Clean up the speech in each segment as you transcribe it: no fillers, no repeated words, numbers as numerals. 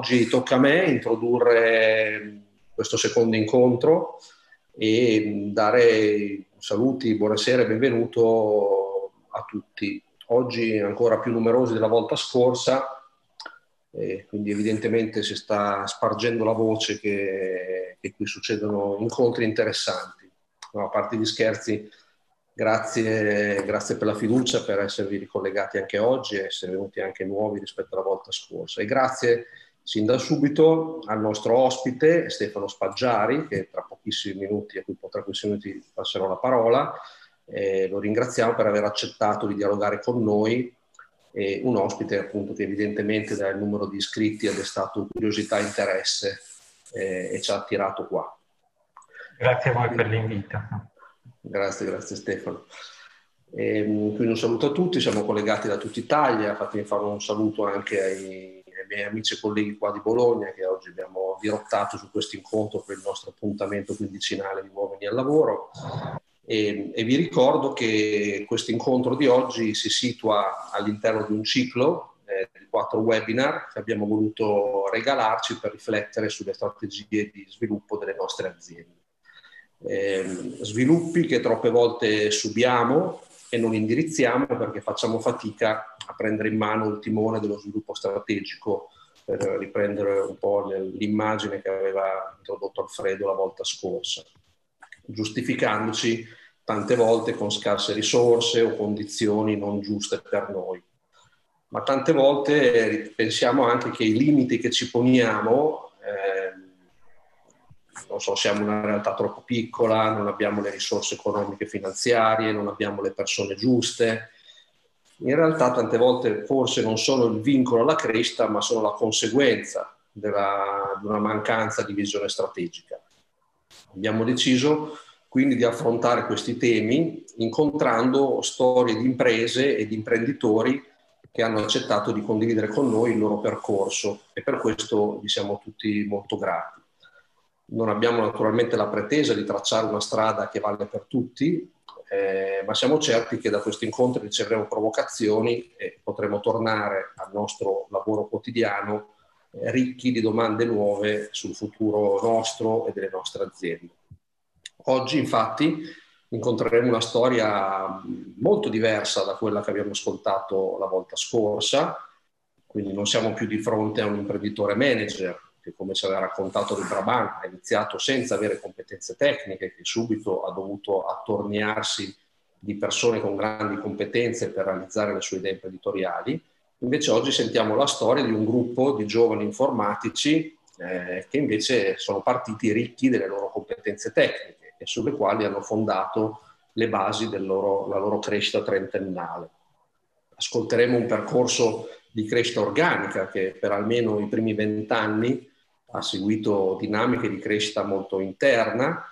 Oggi tocca a me introdurre questo secondo incontro e dare saluti, buonasera e benvenuto a tutti. Oggi ancora più numerosi della volta scorsa, quindi evidentemente si sta spargendo la voce che qui succedono incontri interessanti. No, a parte gli scherzi, grazie per la fiducia, per esservi ricollegati anche oggi e essere venuti anche nuovi rispetto alla volta scorsa. E grazie sin da subito al nostro ospite Stefano Spaggiari, che tra pochissimi minuti, a cui tra pochissimi minuti passerò la parola. Lo ringraziamo per aver accettato di dialogare con noi, un ospite appunto che evidentemente dal numero di iscritti ha destato curiosità e interesse e ci ha attirato qua. Grazie a voi per l'invito. Grazie Stefano. Quindi un saluto a tutti, siamo collegati da tutta Italia. Fatemi fare un saluto anche ai miei amici e colleghi qua di Bologna, che oggi abbiamo dirottato su questo incontro per il nostro appuntamento quindicinale di Uomini al Lavoro. E vi ricordo che questo incontro di oggi si situa all'interno di un ciclo di 4 webinar che abbiamo voluto regalarci per riflettere sulle strategie di sviluppo delle nostre aziende. Sviluppi che troppe volte subiamo e non indirizziamo perché facciamo fatica a prendere in mano il timone dello sviluppo strategico, per riprendere un po' l'immagine che aveva introdotto Alfredo la volta scorsa, giustificandoci tante volte con scarse risorse o condizioni non giuste per noi. Ma tante volte pensiamo anche che i limiti che ci poniamo, non so, siamo una realtà troppo piccola, non abbiamo le risorse economiche e finanziarie, non abbiamo le persone giuste. In realtà tante volte forse non sono il vincolo alla crescita, ma sono la conseguenza di una mancanza di visione strategica. Abbiamo deciso quindi di affrontare questi temi incontrando storie di imprese e di imprenditori che hanno accettato di condividere con noi il loro percorso e per questo vi siamo tutti molto grati. Non abbiamo naturalmente la pretesa di tracciare una strada che vale per tutti, ma siamo certi che da questi incontri riceveremo provocazioni e potremo tornare al nostro lavoro quotidiano ricchi di domande nuove sul futuro nostro e delle nostre aziende. Oggi infatti incontreremo una storia molto diversa da quella che abbiamo ascoltato la volta scorsa, quindi non siamo più di fronte a un imprenditore manager che, come ci aveva raccontato Di Brabant, ha iniziato senza avere competenze tecniche, che subito ha dovuto attorniarsi di persone con grandi competenze per realizzare le sue idee imprenditoriali. Invece oggi sentiamo la storia di un gruppo di giovani informatici che invece sono partiti ricchi delle loro competenze tecniche e sulle quali hanno fondato le basi la loro crescita trentennale. Ascolteremo un percorso di crescita organica che per almeno i primi 20 anni ha seguito dinamiche di crescita molto interna,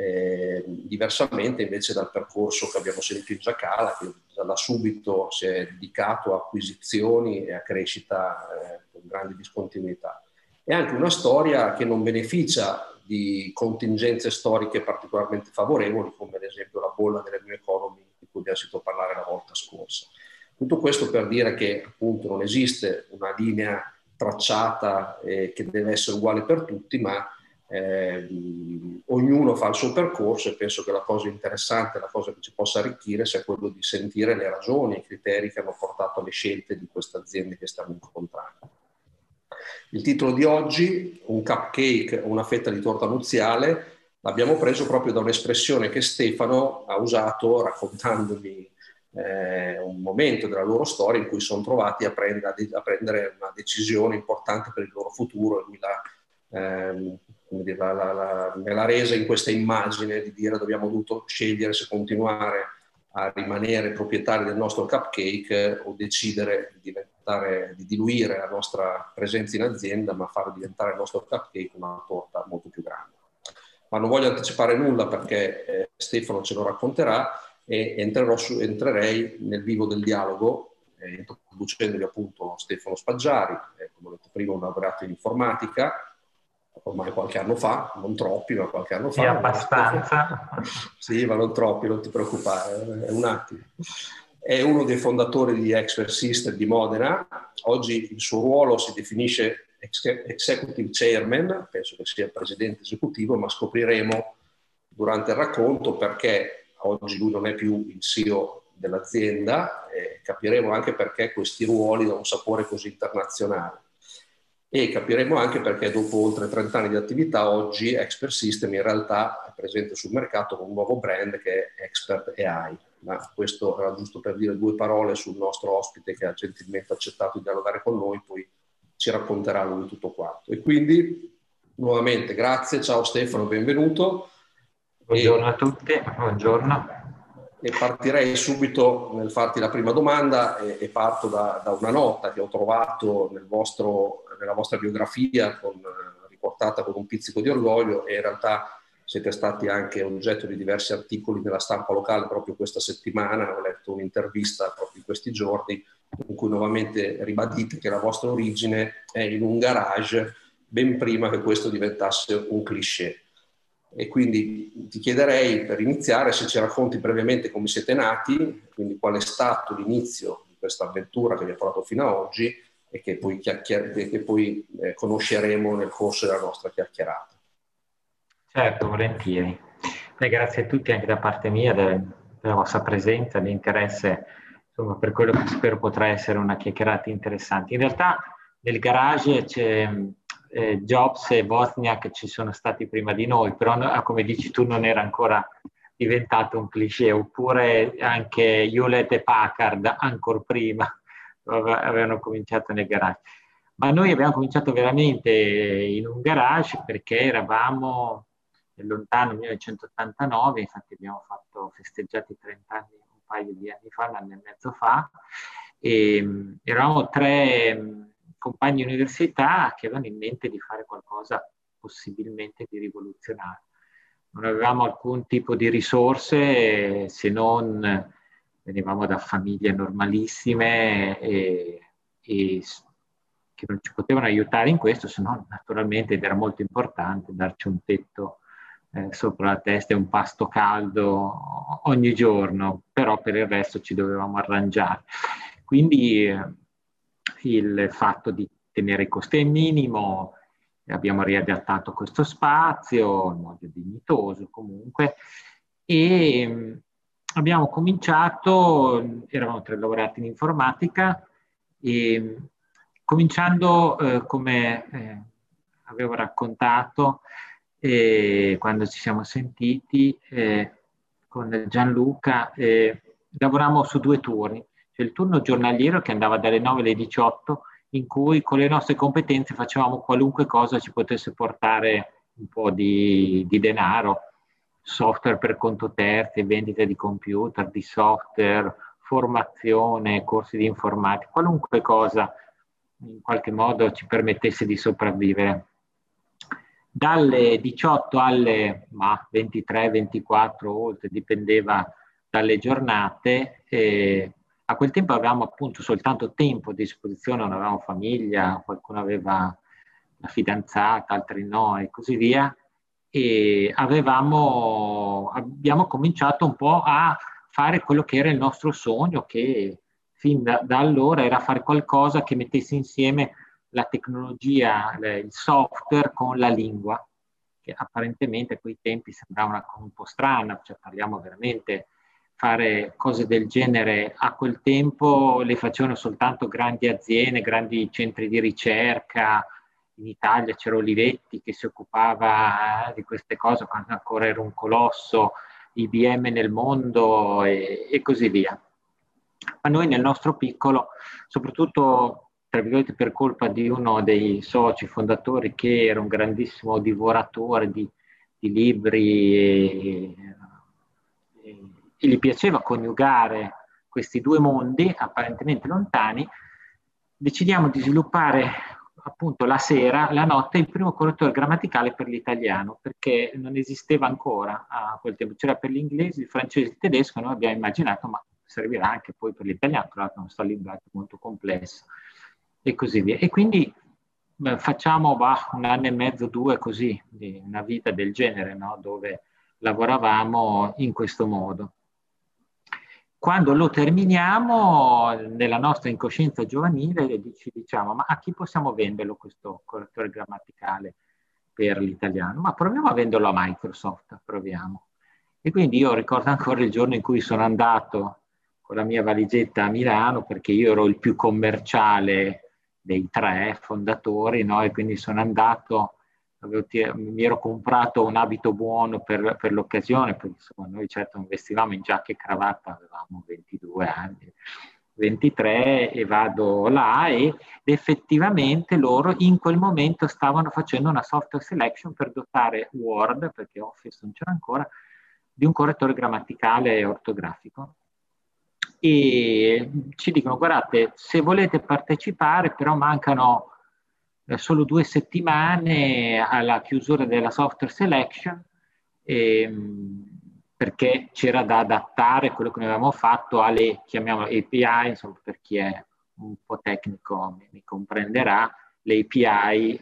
diversamente invece dal percorso che abbiamo sentito in Giacala, che da subito si è dedicato a acquisizioni e a crescita con grandi discontinuità. È anche una storia che non beneficia di contingenze storiche particolarmente favorevoli, come ad esempio la bolla delle new economy di cui abbiamo sentito parlare la volta scorsa. Tutto questo per dire che appunto non esiste una linea tracciata che deve essere uguale per tutti, ma ognuno fa il suo percorso e penso che la cosa interessante, la cosa che ci possa arricchire sia quello di sentire le ragioni, i criteri che hanno portato alle scelte di queste aziende che stiamo incontrando. Il titolo di oggi, un cupcake o una fetta di torta nuziale, l'abbiamo preso proprio da un'espressione che Stefano ha usato raccontandomi un momento della loro storia in cui sono trovati a prendere una decisione importante per il loro futuro e lui me l'ha resa in questa immagine di dire abbiamo dovuto scegliere se continuare a rimanere proprietari del nostro cupcake o decidere di diluire la nostra presenza in azienda ma far diventare il nostro cupcake una torta molto più grande. Ma non voglio anticipare nulla perché Stefano ce lo racconterà e entrerei nel vivo del dialogo introducendovi appunto Stefano Spaggiari, come ho detto prima un laureato in informatica, ormai qualche anno fa, non troppi, ma qualche anno fa. Sì, abbastanza. Sì, ma non troppi, non ti preoccupare, è un attimo. È uno dei fondatori di Expert System di Modena. Oggi il suo ruolo si definisce executive chairman, penso che sia il presidente esecutivo, ma scopriremo durante il racconto perché oggi lui non è più il CEO dell'azienda, e capiremo anche perché questi ruoli hanno un sapore così internazionale. E capiremo anche perché dopo oltre 30 anni di attività oggi Expert System in realtà è presente sul mercato con un nuovo brand che è Expert AI. Ma questo era giusto per dire due parole sul nostro ospite che ha gentilmente accettato di dialogare con noi, poi ci racconterà lui tutto quanto. E quindi nuovamente grazie, ciao Stefano, benvenuto. Buongiorno a tutti, buongiorno. E partirei subito nel farti la prima domanda e parto da una nota che ho trovato nella vostra biografia riportata con un pizzico di orgoglio, e in realtà siete stati anche oggetto di diversi articoli nella stampa locale proprio questa settimana. Ho letto un'intervista proprio in questi giorni in cui nuovamente ribadite che la vostra origine è in un garage ben prima che questo diventasse un cliché. E quindi ti chiederei per iniziare se ci racconti brevemente come siete nati, quindi qual è stato l'inizio di questa avventura che vi ha portato fino ad oggi e che poi conosceremo nel corso della nostra chiacchierata. Certo, volentieri. Grazie a tutti anche da parte mia della vostra presenza, dell'interesse, insomma, per quello che spero potrà essere una chiacchierata interessante. In realtà nel garage c'è Jobs e Wozniak ci sono stati prima di noi, però come dici tu non era ancora diventato un cliché, oppure anche Hewlett e Packard ancora prima avevano cominciato nel garage. Ma noi abbiamo cominciato veramente in un garage perché eravamo nel lontano 1989, infatti abbiamo festeggiato i 30 anni un paio di anni fa, un anno e mezzo fa, e eravamo tre compagni di università che avevano in mente di fare qualcosa possibilmente di rivoluzionario. Non avevamo alcun tipo di risorse se non venivamo da famiglie normalissime e che non ci potevano aiutare in questo, se no naturalmente ed era molto importante darci un tetto sopra la testa e un pasto caldo ogni giorno, però per il resto ci dovevamo arrangiare. Quindi il fatto di tenere i costi al minimo, abbiamo riadattato questo spazio in modo dignitoso comunque, e abbiamo cominciato, eravamo tre laureati in informatica, e cominciando come avevo raccontato quando ci siamo sentiti con Gianluca, lavoravamo su due turni. C'è il turno giornaliero che andava dalle 9 alle 18, in cui con le nostre competenze facevamo qualunque cosa ci potesse portare un po' di denaro, software per conto terzi, vendita di computer, di software, formazione, corsi di informatica, qualunque cosa in qualche modo ci permettesse di sopravvivere. Dalle 18 alle 23-24, oltre, dipendeva dalle giornate. A quel tempo avevamo appunto soltanto tempo a disposizione, non avevamo famiglia, qualcuno aveva la fidanzata, altri no e così via. E abbiamo cominciato un po' a fare quello che era il nostro sogno, che fin da allora era fare qualcosa che mettesse insieme la tecnologia, il software con la lingua, che apparentemente a quei tempi sembrava una cosa un po' strana, cioè parliamo veramente, fare cose del genere a quel tempo le facevano soltanto grandi aziende, grandi centri di ricerca. In Italia c'era Olivetti che si occupava di queste cose quando ancora era un colosso, IBM nel mondo e così via. Ma noi nel nostro piccolo, soprattutto tra virgolette per colpa di uno dei soci fondatori che era un grandissimo divoratore di libri e gli piaceva coniugare questi due mondi apparentemente lontani, decidiamo di sviluppare appunto la sera, la notte, il primo correttore grammaticale per l'italiano, perché non esisteva ancora a quel tempo, c'era per l'inglese, il francese, il tedesco, noi abbiamo immaginato, ma servirà anche poi per l'italiano, tra l'altro è uno linguaggio molto complesso, e così via. E quindi facciamo un anno e mezzo, due così, di una vita del genere, no? Dove lavoravamo in questo modo. quando lo terminiamo, nella nostra incoscienza giovanile, ci diciamo, ma a chi possiamo venderlo questo correttore grammaticale per l'italiano? Ma proviamo a venderlo a Microsoft, proviamo. E quindi io ricordo ancora il giorno in cui sono andato con la mia valigetta a Milano, perché io ero il più commerciale dei 3 fondatori, no? E quindi sono andato, mi ero comprato un abito buono per l'occasione, perché insomma, noi certo non vestivamo in giacca e cravatta, avevamo 22 anni, 23, e vado là ed effettivamente loro in quel momento stavano facendo una software selection per dotare Word, perché Office non c'era ancora, di un correttore grammaticale e ortografico. E ci dicono: guardate, se volete partecipare, però mancano solo 2 settimane alla chiusura della software selection, perché c'era da adattare quello che noi avevamo fatto alle, chiamiamole API, insomma, per chi è un po' tecnico mi comprenderà, le API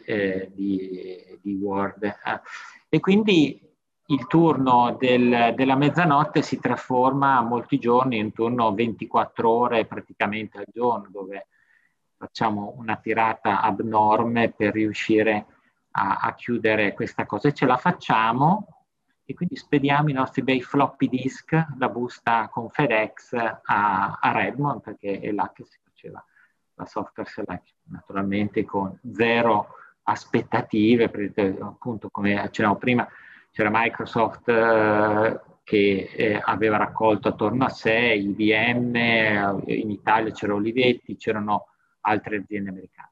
di Word. E quindi il turno della mezzanotte si trasforma molti giorni in un turno 24 ore praticamente al giorno, dove facciamo una tirata abnorme per riuscire a chiudere questa cosa, e ce la facciamo, e quindi spediamo i nostri bei floppy disk, la busta con FedEx a Redmond, perché è là che si faceva la software selection, naturalmente con 0 aspettative, perché appunto, come accennavo prima, c'era Microsoft che aveva raccolto attorno a sé, IBM, in Italia c'era Olivetti, c'erano altre aziende americane.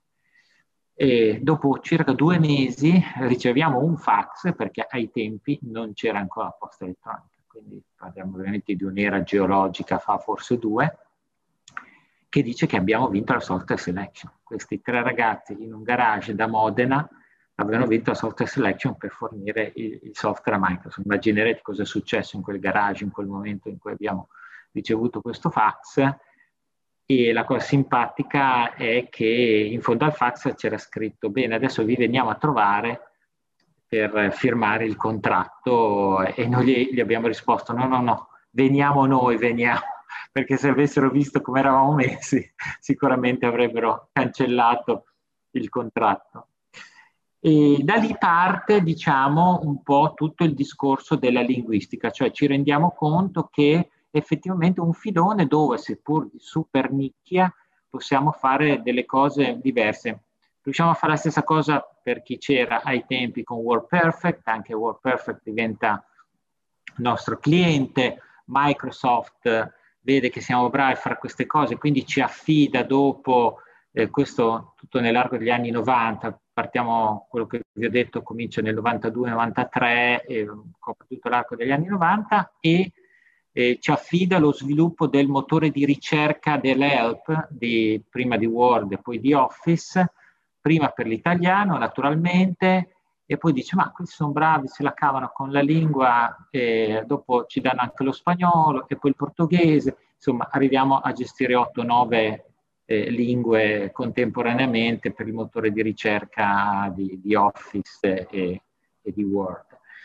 E dopo circa 2 mesi riceviamo un fax, perché ai tempi non c'era ancora la posta elettronica, quindi parliamo ovviamente di un'era geologica fa forse 2, che dice che abbiamo vinto la software selection. Questi 3 ragazzi in un garage da Modena avevano vinto la software selection per fornire il software a Microsoft. Immaginerete cosa è successo in quel garage in quel momento in cui abbiamo ricevuto questo fax. E la cosa simpatica è che in fondo al fax c'era scritto: bene, adesso vi veniamo a trovare per firmare il contratto, e noi gli abbiamo risposto: no, veniamo noi, veniamo, perché se avessero visto come eravamo messi sicuramente avrebbero cancellato il contratto. E da lì parte, diciamo, un po' tutto il discorso della linguistica, cioè ci rendiamo conto che effettivamente un filone dove, seppur di super nicchia, possiamo fare delle cose diverse. Riusciamo a fare la stessa cosa per chi c'era ai tempi con WordPerfect, anche WordPerfect diventa nostro cliente, Microsoft vede che siamo bravi a fare queste cose, quindi ci affida dopo, questo tutto nell'arco degli anni 90, partiamo, quello che vi ho detto comincia nel 92-93 e copre tutto l'arco degli anni 90, e ci affida lo sviluppo del motore di ricerca dell'Help, prima di Word e poi di Office, prima per l'italiano naturalmente, e poi dice: ma questi sono bravi, se la cavano con la lingua, dopo ci danno anche lo spagnolo e poi il portoghese, insomma arriviamo a gestire 8-9 lingue contemporaneamente per il motore di ricerca di Office e di Word.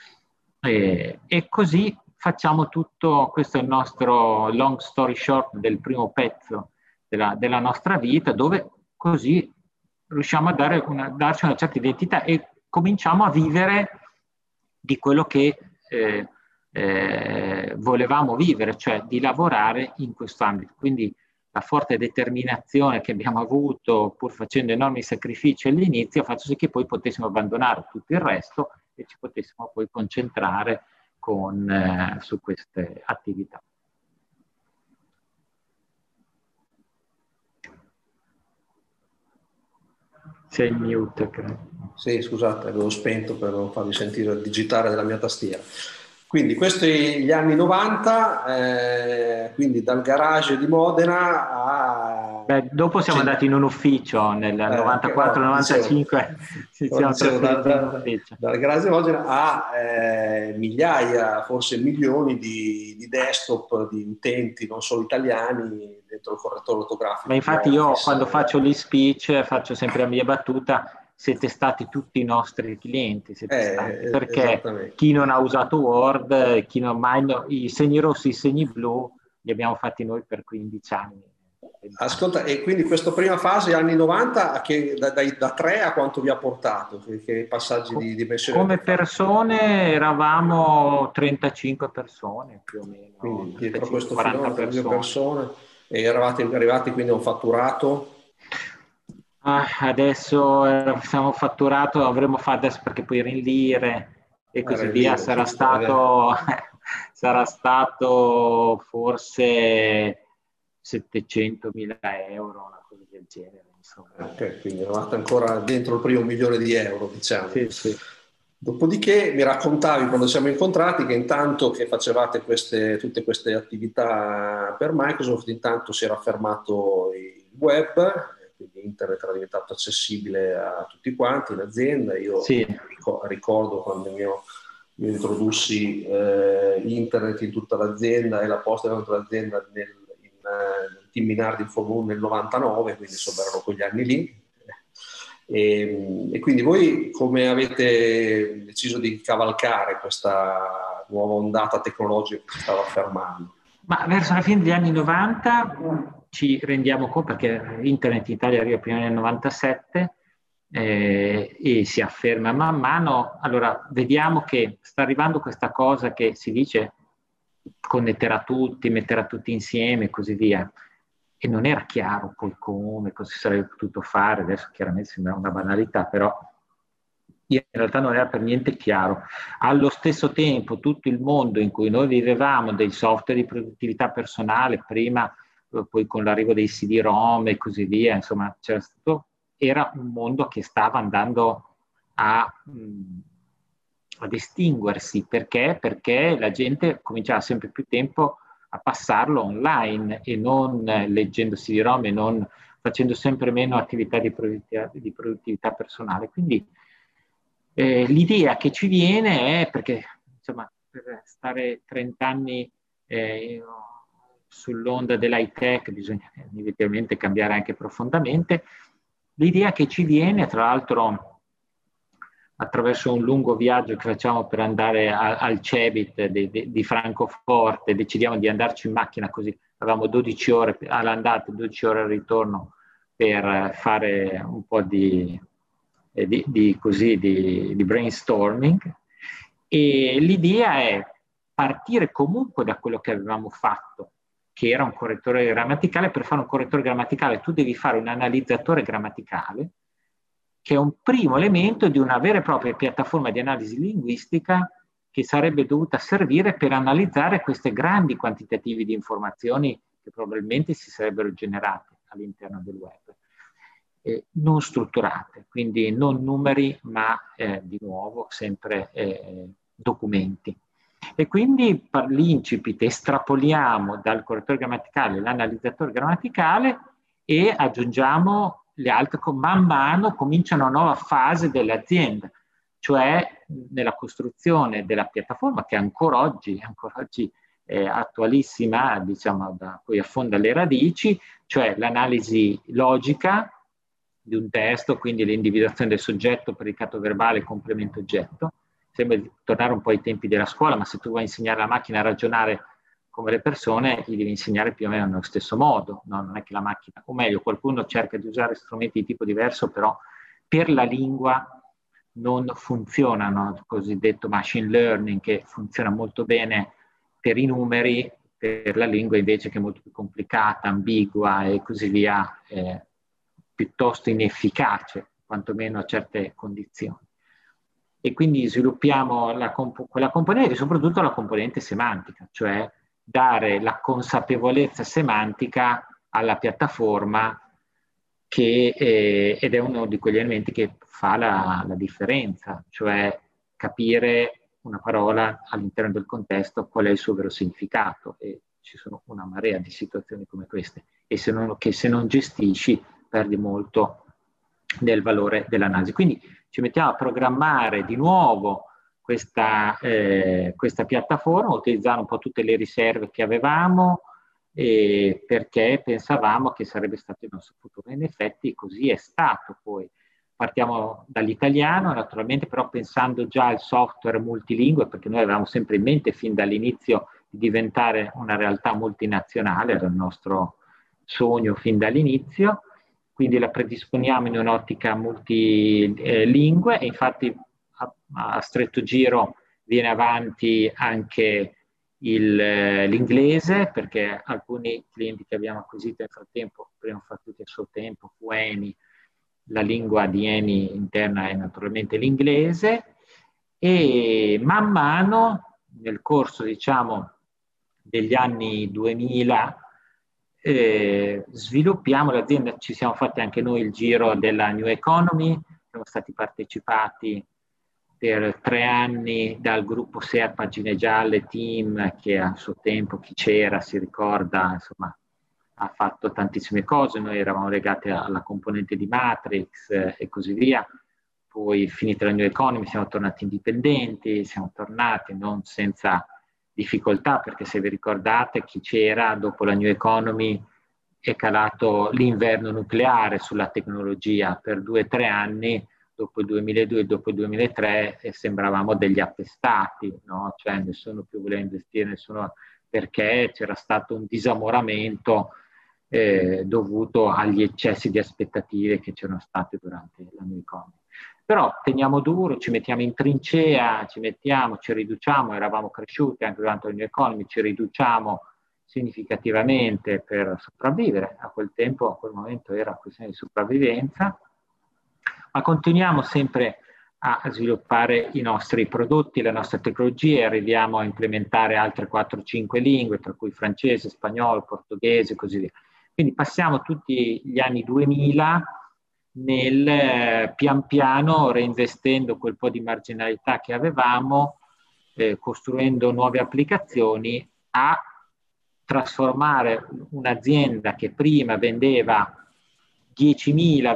E così facciamo tutto. Questo è il nostro long story short del primo pezzo della nostra vita, dove così riusciamo a darci una certa identità e cominciamo a vivere di quello che volevamo vivere, cioè di lavorare in questo ambito. Quindi la forte determinazione che abbiamo avuto, pur facendo enormi sacrifici all'inizio, ha fatto sì che poi potessimo abbandonare tutto il resto e ci potessimo poi concentrare su queste attività. Sei in mute, credo. Sì, scusate, avevo spento per non farvi sentire il digitare della mia tastiera. Quindi questi gli anni 90, quindi dal garage di Modena a... Beh, dopo siamo andati in un ufficio nel 94-95, siamo trasferiti in un ufficio. Dal garage di Modena a migliaia, forse milioni di desktop, di utenti, non solo italiani, dentro il correttore ortografico. Ma infatti io quando faccio gli speech faccio sempre la mia battuta: siete stati tutti i nostri clienti, perché chi non ha usato Word, chi non mai i segni rossi, i segni blu li abbiamo fatti noi per 15 anni. Ascolta, e quindi questa prima fase, anni 90, da 3 a quanto vi ha portato? Che passaggi di dimensione? Come persone eravamo 35 persone più o meno, quindi dietro 35, questo 40 filone di persone, e eravate arrivati quindi a un fatturato? Adesso siamo fatturato, avremo fatto adesso perché poi era in lire e così via, sarà stato forse 700.000 euro, una cosa del genere. Insomma. Ok, quindi eravate ancora dentro il primo 1.000.000 di euro, diciamo. Sì, sì. Dopodiché mi raccontavi quando siamo incontrati che intanto che facevate tutte queste attività per Microsoft, intanto si era fermato il web, quindi internet era diventato accessibile a tutti quanti in azienda. Io sì. ricordo quando io introdussi internet in tutta l'azienda e la posta in tutta l'azienda nel Team Minardi in Formula 1 nel 99, quindi insomma erano quegli anni lì. E quindi voi come avete deciso di cavalcare questa nuova ondata tecnologica che si stava affermando? Ma verso la fine degli anni 90 ci rendiamo conto, perché internet in Italia arriva prima nel 97 e si afferma man mano, allora vediamo che sta arrivando questa cosa che si dice connetterà tutti, metterà tutti insieme e così via. E non era chiaro poi come, cosa si sarebbe potuto fare, adesso chiaramente sembra una banalità, però in realtà non era per niente chiaro. Allo stesso tempo tutto il mondo in cui noi vivevamo, dei software di produttività personale, prima poi con l'arrivo dei CD-ROM e così via, insomma era un mondo che stava andando a estinguersi. Perché? Perché la gente cominciava sempre più tempo a passarlo online e non leggendo CD-ROM e non facendo sempre meno attività di produttività personale. Quindi l'idea che ci viene è, perché insomma, per stare 30 anni sull'onda dell'high tech bisogna inevitabilmente cambiare anche profondamente, l'idea che ci viene, tra l'altro attraverso un lungo viaggio che facciamo per andare al CeBIT di Francoforte, decidiamo di andarci in macchina, così avevamo 12 ore all'andata, 12 ore al ritorno per fare un po' di brainstorming, e l'idea è partire comunque da quello che avevamo fatto, che era un correttore grammaticale. Per fare un correttore grammaticale tu devi fare un analizzatore grammaticale, che è un primo elemento di una vera e propria piattaforma di analisi linguistica che sarebbe dovuta servire per analizzare queste grandi quantitativi di informazioni che probabilmente si sarebbero generate all'interno del web. Non strutturate, quindi non numeri, ma di nuovo sempre documenti. E quindi per l'incipit estrapoliamo dal correttore grammaticale l'analizzatore grammaticale e aggiungiamo le altre, man mano comincia una nuova fase dell'azienda, cioè nella costruzione della piattaforma che ancora oggi è attualissima, diciamo, da cui affonda le radici, cioè l'analisi logica di un testo, quindi l'individuazione del soggetto, predicato verbale, complemento oggetto. Sembra di tornare un po' ai tempi della scuola, ma se tu vuoi insegnare alla macchina a ragionare come le persone, gli devi insegnare più o meno nello stesso modo, no? Non è che la macchina, o meglio, qualcuno cerca di usare strumenti di tipo diverso, però per la lingua non funzionano, il cosiddetto machine learning, che funziona molto bene per i numeri, per la lingua invece, che è molto più complicata, ambigua e così via, piuttosto inefficace, quantomeno a certe condizioni. E quindi sviluppiamo quella componente e soprattutto la componente semantica, cioè dare la consapevolezza semantica alla piattaforma, ed è uno di quegli elementi che fa la differenza, cioè capire una parola all'interno del contesto, qual è il suo vero significato. E ci sono una marea di situazioni come queste, e che se non gestisci perdi molto del valore dell'analisi. Quindi ci mettiamo a programmare di nuovo questa piattaforma, utilizzare un po' tutte le riserve che avevamo, perché pensavamo che sarebbe stato il nostro futuro. In effetti così è stato poi. Partiamo dall'italiano, naturalmente, però pensando già al software multilingue, perché noi avevamo sempre in mente fin dall'inizio di diventare una realtà multinazionale, era il nostro sogno fin dall'inizio, quindi la predisponiamo in un'ottica multilingue e infatti a stretto giro viene avanti anche l'inglese, perché alcuni clienti che abbiamo acquisito nel frattempo, prima fra tutti a suo tempo, fu Eni, la lingua di Eni interna è naturalmente l'inglese, e man mano nel corso, diciamo, degli anni 2000 sviluppiamo l'azienda. Ci siamo fatti anche noi il giro della New Economy, siamo stati partecipati per 3 anni dal gruppo SEA Pagine Gialle Team, che a suo tempo, chi c'era si ricorda, insomma, ha fatto tantissime cose. Noi eravamo legati alla componente di Matrix e così via. Poi, finita la New Economy, siamo tornati indipendenti, siamo tornati non senza difficoltà, perché se vi ricordate, chi c'era, dopo la New Economy è calato l'inverno nucleare sulla tecnologia per 2 o 3 anni, dopo il 2002 e dopo il 2003 sembravamo degli appestati, no? Cioè nessuno più voleva investire, nessuno, perché c'era stato un disamoramento dovuto agli eccessi di aspettative che c'erano state durante la New Economy. Però teniamo duro, ci mettiamo in trincea, ci riduciamo, eravamo cresciuti anche durante la New Economy, ci riduciamo significativamente per sopravvivere. A quel tempo, a quel momento era questione di sopravvivenza, ma continuiamo sempre a sviluppare i nostri prodotti, le nostre tecnologie, arriviamo a implementare altre 4-5 lingue, tra cui francese, spagnolo, portoghese e così via. Quindi passiamo tutti gli anni 2000 nel pian piano reinvestendo quel po' di marginalità che avevamo, costruendo nuove applicazioni, a trasformare un'azienda che prima vendeva 10.000,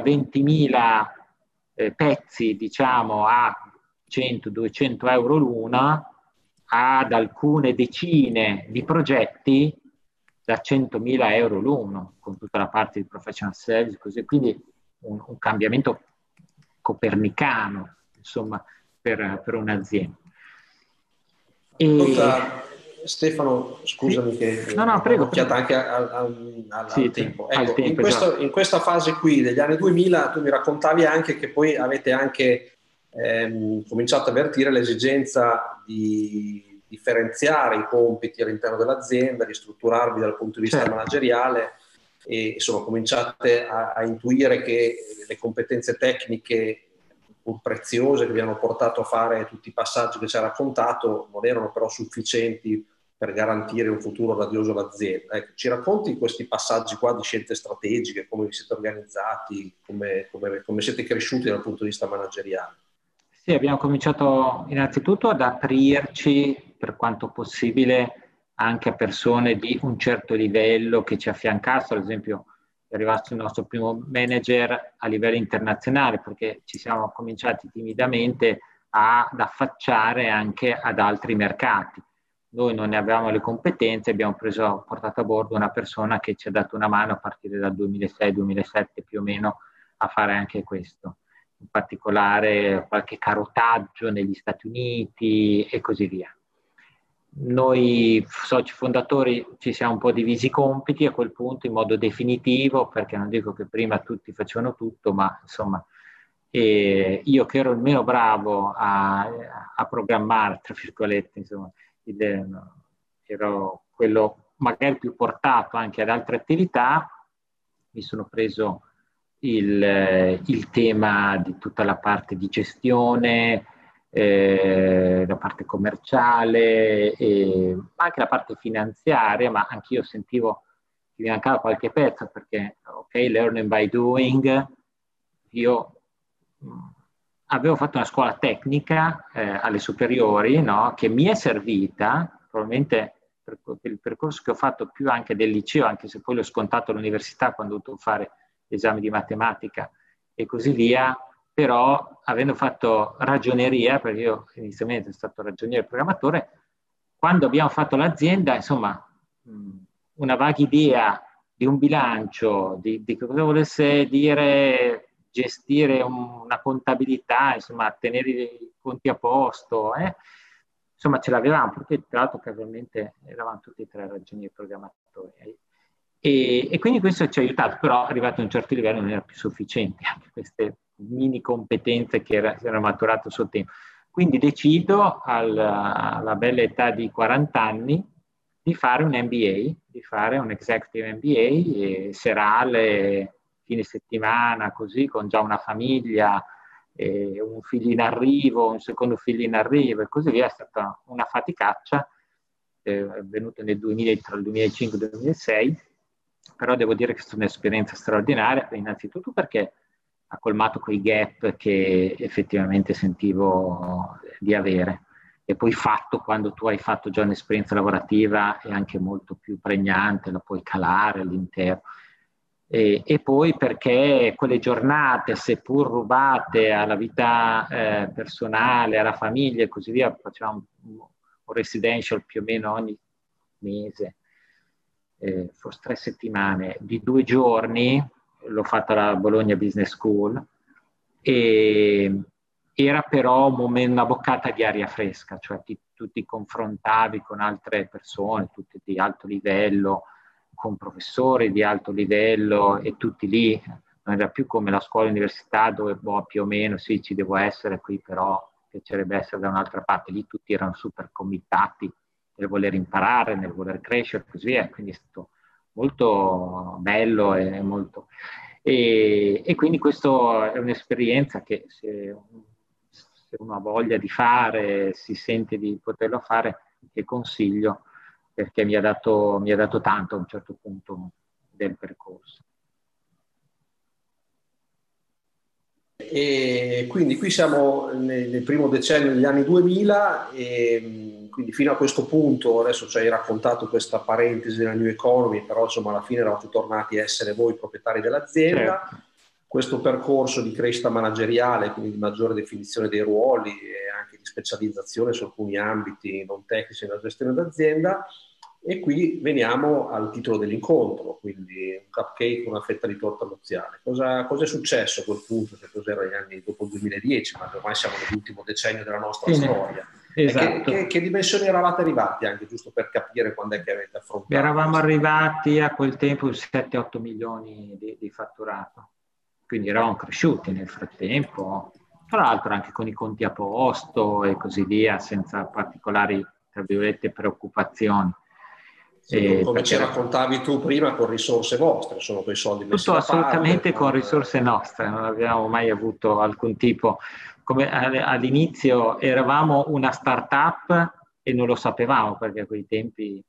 20.000 pezzi, diciamo, a 100-200 euro l'una, ad alcune decine di progetti da 100.000 euro l'uno, con tutta la parte di professional service, così. Quindi un cambiamento copernicano, insomma, per un'azienda. Stefano, scusami, sì, che no, prego, occhiata anche al tempo. Ecco, in questa fase qui degli anni 2000 tu mi raccontavi anche che poi avete anche cominciato a avvertire l'esigenza di differenziare i compiti all'interno dell'azienda, di strutturarvi dal punto di vista manageriale, e insomma cominciate a intuire che le competenze tecniche pur preziose che vi hanno portato a fare tutti i passaggi che ci ha raccontato non erano però sufficienti per garantire un futuro radioso all'azienda. Ecco, ci racconti questi passaggi qua di scelte strategiche, come vi siete organizzati, come siete cresciuti dal punto di vista manageriale? Sì, abbiamo cominciato innanzitutto ad aprirci per quanto possibile anche a persone di un certo livello che ci affiancassero. Ad esempio è arrivato il nostro primo manager a livello internazionale, perché ci siamo cominciati timidamente ad affacciare anche ad altri mercati. Noi non ne avevamo le competenze, abbiamo portato a bordo una persona che ci ha dato una mano a partire dal 2006-2007 più o meno a fare anche questo. In particolare qualche carotaggio negli Stati Uniti e così via. Noi soci fondatori ci siamo un po' divisi i compiti a quel punto in modo definitivo, perché non dico che prima tutti facevano tutto, ma insomma io che ero il meno bravo a programmare, tra virgolette, insomma, ero quello magari più portato anche ad altre attività, mi sono preso il tema di tutta la parte di gestione, la parte commerciale, anche la parte finanziaria, ma anch'io sentivo che mi mancava qualche pezzo, perché ok, learning by doing, io avevo fatto una scuola tecnica alle superiori, no, che mi è servita, probabilmente per il percorso che ho fatto più anche del liceo, anche se poi l'ho scontato all'università quando ho dovuto fare esami di matematica e così via, però avendo fatto ragioneria, perché io inizialmente sono stato ragioniere e programmatore, quando abbiamo fatto l'azienda, insomma, una vaga idea di un bilancio, di cosa volesse dire gestire una contabilità, insomma, tenere i conti a posto, insomma ce l'avevamo, perché tra l'altro casualmente eravamo tutti e tre ragionieri programmatori. E quindi questo ci ha aiutato, però arrivato a un certo livello non era più sufficiente, anche queste mini competenze che erano maturate sul tempo. Quindi decido alla bella età di 40 anni di fare un MBA, di fare un Executive MBA serale, fine settimana, così, con già una famiglia, un figlio in arrivo, un secondo figlio in arrivo e così via. È stata una faticaccia, è venuto nel 2000, tra il 2005 e il 2006, però devo dire che è stata un'esperienza straordinaria, innanzitutto perché ha colmato quei gap che effettivamente sentivo di avere. E poi quando tu hai fatto già un'esperienza lavorativa è anche molto più pregnante, la puoi calare all'interno. E poi perché quelle giornate, seppur rubate alla vita personale, alla famiglia e così via, facevamo un residential più o meno ogni mese, forse 3 settimane, di 2 giorni, l'ho fatta alla Bologna Business School, e era però una boccata di aria fresca, cioè tu ti confrontavi con altre persone, tutti di alto livello, con professori di alto livello e tutti lì, non era più come la scuola università dove più o meno sì, ci devo essere qui, però piacerebbe essere da un'altra parte. Lì tutti erano super committati nel voler imparare, nel voler crescere, così via. Quindi è stato molto bello e molto... E quindi questa è un'esperienza che se uno ha voglia di fare, si sente di poterlo fare, che consiglio, perché mi ha dato tanto a un certo punto del percorso. E quindi qui siamo nel primo decennio degli anni 2000 e quindi fino a questo punto, adesso ci hai raccontato questa parentesi della New Economy, però insomma alla fine eravate tornati a essere voi proprietari dell'azienda. Certo. Questo percorso di crescita manageriale, quindi di maggiore definizione dei ruoli e anche di specializzazione su alcuni ambiti non tecnici nella gestione d'azienda. E qui veniamo al titolo dell'incontro, quindi un cupcake, una fetta di torta nuziale. Cosa è successo a quel punto? Che cos'era gli anni dopo il 2010, ma ormai siamo nell'ultimo decennio della nostra storia. Esatto. Che dimensioni eravate arrivati, anche giusto per capire quando è che avete affrontato? Eravamo arrivati a quel tempo 7-8 milioni di fatturato, quindi eravamo cresciuti nel frattempo, tra l'altro anche con i conti a posto e così via, senza particolari, tra virgolette, preoccupazioni. Sì, come ci raccontavi tu prima, con risorse vostre, sono quei soldi messi tutto da assolutamente parte. con risorse nostre, non abbiamo mai avuto alcun tipo, come all'inizio eravamo una start-up e non lo sapevamo, perché a quei tempi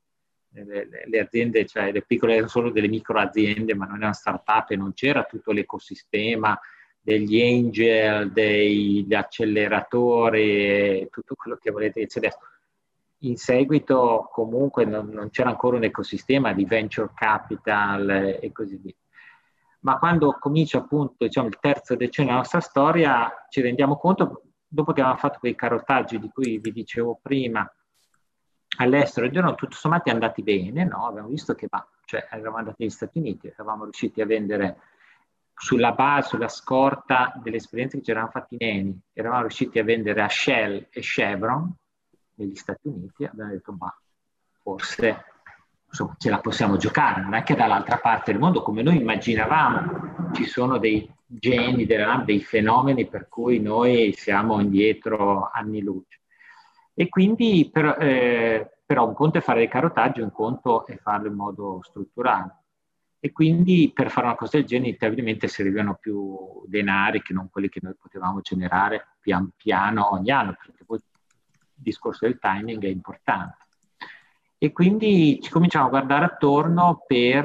le aziende, cioè le piccole erano solo delle micro aziende, ma non erano start-up e non c'era tutto l'ecosistema degli angel, degli acceleratori, tutto quello che volete che c'è adesso. In seguito comunque non c'era ancora un ecosistema di venture capital e così via. Ma quando comincia appunto diciamo, il terzo decennio della nostra storia, ci rendiamo conto, dopo che avevamo fatto quei carotaggi di cui vi dicevo prima, all'estero, erano tutto sommato andati bene, no? Abbiamo visto che cioè, eravamo andati negli Stati Uniti, eravamo riusciti a vendere sulla base, sulla scorta delle esperienze che ci eravamo fatti in Eni, eravamo riusciti a vendere a Shell e Chevron negli Stati Uniti, abbiamo detto, forse insomma, ce la possiamo giocare, non è che dall'altra parte del mondo, come noi immaginavamo, ci sono dei geni, dei fenomeni per cui noi siamo indietro anni luce. E quindi però un conto è fare dei carotaggi, un conto è farlo in modo strutturale. E quindi per fare una cosa del genere inevitabilmente servivano più denari che non quelli che noi potevamo generare pian piano ogni anno, perché poi il discorso del timing è importante. E quindi ci cominciamo a guardare attorno per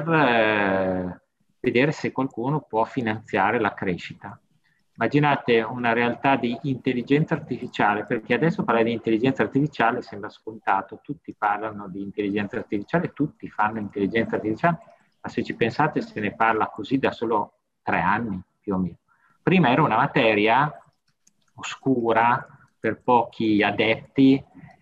vedere se qualcuno può finanziare la crescita. Immaginate una realtà di intelligenza artificiale, perché adesso parlare di intelligenza artificiale sembra scontato, tutti parlano di intelligenza artificiale, tutti fanno intelligenza artificiale, ma se ci pensate se ne parla così da solo 3 anni più o meno. Prima era una materia oscura per pochi adepti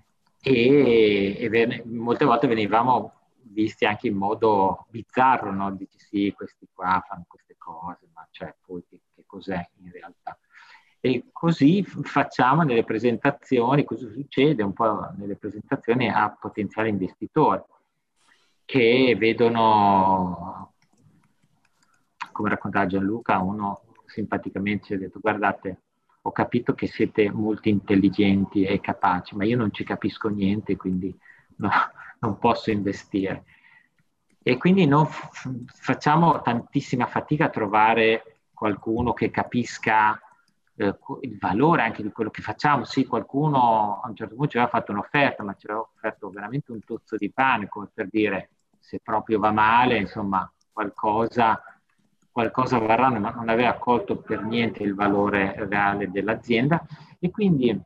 e molte volte venivamo visti anche in modo bizzarro, no? Dici sì, questi qua fanno queste cose, ma cioè poi che cos'è in realtà? E così facciamo nelle presentazioni, cosa succede un po' nelle presentazioni a potenziali investitori che vedono, come raccontava Gianluca, uno simpaticamente ci ha detto: guardate, ho capito che siete molto intelligenti e capaci, ma io non ci capisco niente, quindi no, non posso investire. E quindi facciamo tantissima fatica a trovare qualcuno che capisca il valore anche di quello che facciamo. Sì, qualcuno a un certo punto ci aveva fatto un'offerta, ma ci aveva offerto veramente un tozzo di pane, come per dire, se proprio va male, insomma, qualcosa varranno, ma non aveva colto per niente il valore reale dell'azienda. E quindi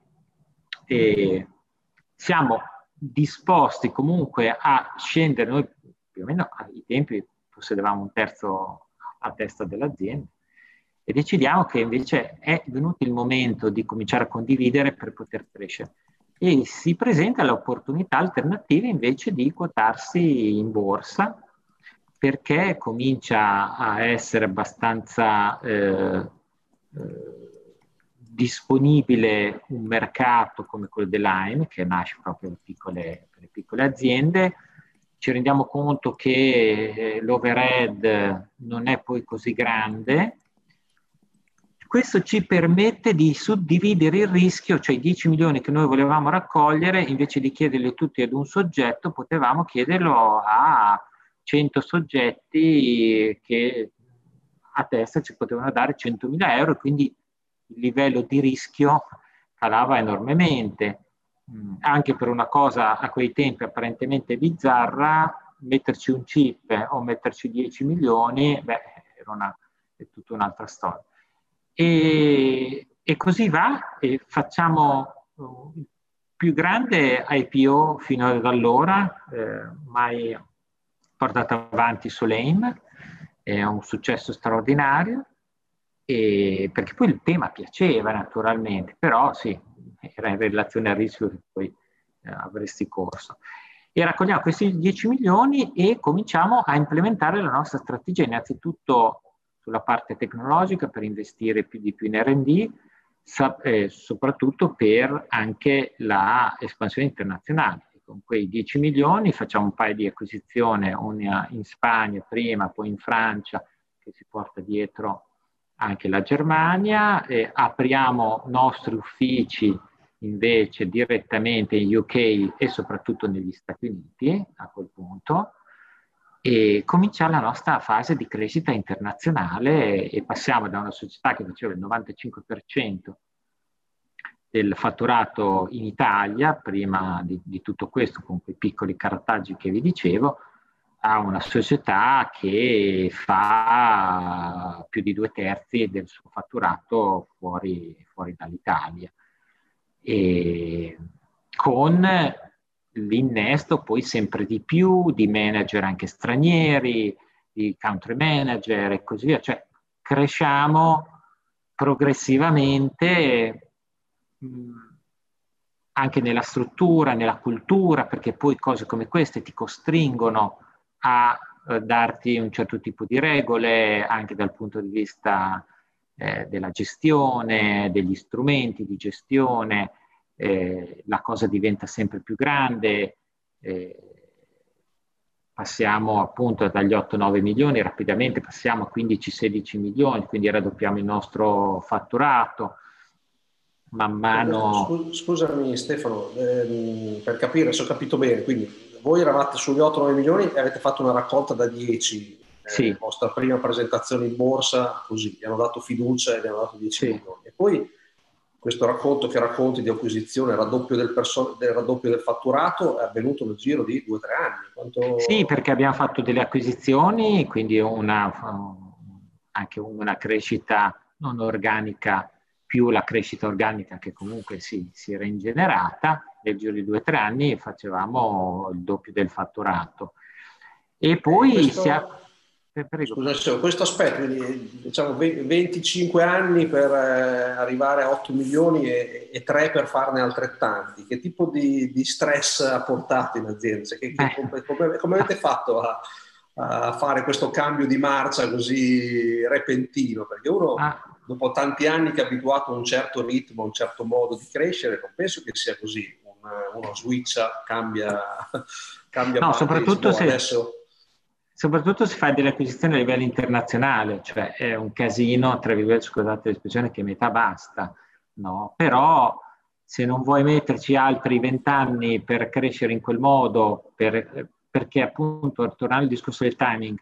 siamo disposti comunque a scendere. Noi più o meno ai tempi possedevamo un terzo a testa dell'azienda, e decidiamo che invece è venuto il momento di cominciare a condividere per poter crescere, e si presenta l'opportunità alternativa invece di quotarsi in borsa, perché comincia a essere abbastanza disponibile un mercato come quello dell'AIM, che nasce proprio per le piccole aziende. Ci rendiamo conto che l'overhead non è poi così grande. Questo ci permette di suddividere il rischio, cioè i 10 milioni che noi volevamo raccogliere, invece di chiederli tutti ad un soggetto, potevamo chiederlo a 100 soggetti che a testa ci potevano dare 100.000 euro, quindi il livello di rischio calava enormemente. Anche per una cosa a quei tempi apparentemente bizzarra, metterci un chip o metterci 10 milioni, è tutta un'altra storia. E così va, e facciamo il più grande IPO fino ad allora, mai portato avanti su AIM, è un successo straordinario, perché poi il tema piaceva naturalmente, però sì, era in relazione al rischio che poi avresti corso. E raccogliamo questi 10 milioni e cominciamo a implementare la nostra strategia, innanzitutto sulla parte tecnologica per investire più di più in R&D, soprattutto per anche l'espansione internazionale. Con quei 10 milioni facciamo un paio di acquisizioni, una in Spagna prima, poi in Francia, che si porta dietro anche la Germania, apriamo nostri uffici invece direttamente in UK e soprattutto negli Stati Uniti a quel punto, e comincia la nostra fase di crescita internazionale, e passiamo da una società che faceva il 95% del fatturato in Italia, prima di tutto questo, con quei piccoli carattaggi che vi dicevo, a una società che fa più di 2/3 del suo fatturato fuori dall'Italia, e con l'innesto poi sempre di più di manager anche stranieri, di country manager e così via. Cioè cresciamo progressivamente anche nella struttura, nella cultura, perché poi cose come queste ti costringono a darti un certo tipo di regole anche dal punto di vista della gestione, degli strumenti di gestione. La cosa diventa sempre più grande, passiamo appunto dagli 8-9 milioni, rapidamente passiamo a 15-16 milioni, quindi raddoppiamo il nostro fatturato. Man mano... Scusami Stefano, per capire se ho capito bene, quindi voi eravate sugli 8-9 milioni e avete fatto una raccolta da 10, sì. Vostra prima presentazione in borsa, così, vi hanno dato fiducia e vi hanno dato 10 sì. milioni. E poi questo racconto che racconti di acquisizione, raddoppio del raddoppio del fatturato, è avvenuto nel giro di 2 o 3 anni. Quanto... Sì, perché abbiamo fatto delle acquisizioni, quindi anche una crescita non organica, più la crescita organica che comunque si era ingenerata. Nel giro di 2 o 3 anni facevamo il doppio del fatturato. E poi Prego. Scusa, questo aspetto, diciamo 25 anni per arrivare a 8 milioni e 3 per farne altrettanti. Che tipo di stress ha portato in azienda? Come avete fatto a fare questo cambio di marcia così repentino? Perché uno dopo tanti anni che è abituato a un certo ritmo, a un certo modo di crescere, non penso che sia così. Uno switcha, cambia No, battesimo. Adesso soprattutto se fai delle acquisizioni a livello internazionale, cioè è un casino, tra virgolette, scusate l'espressione, che metà basta, no? Però se non vuoi metterci altri 20 anni per crescere in quel modo, perché appunto, tornando al discorso del timing,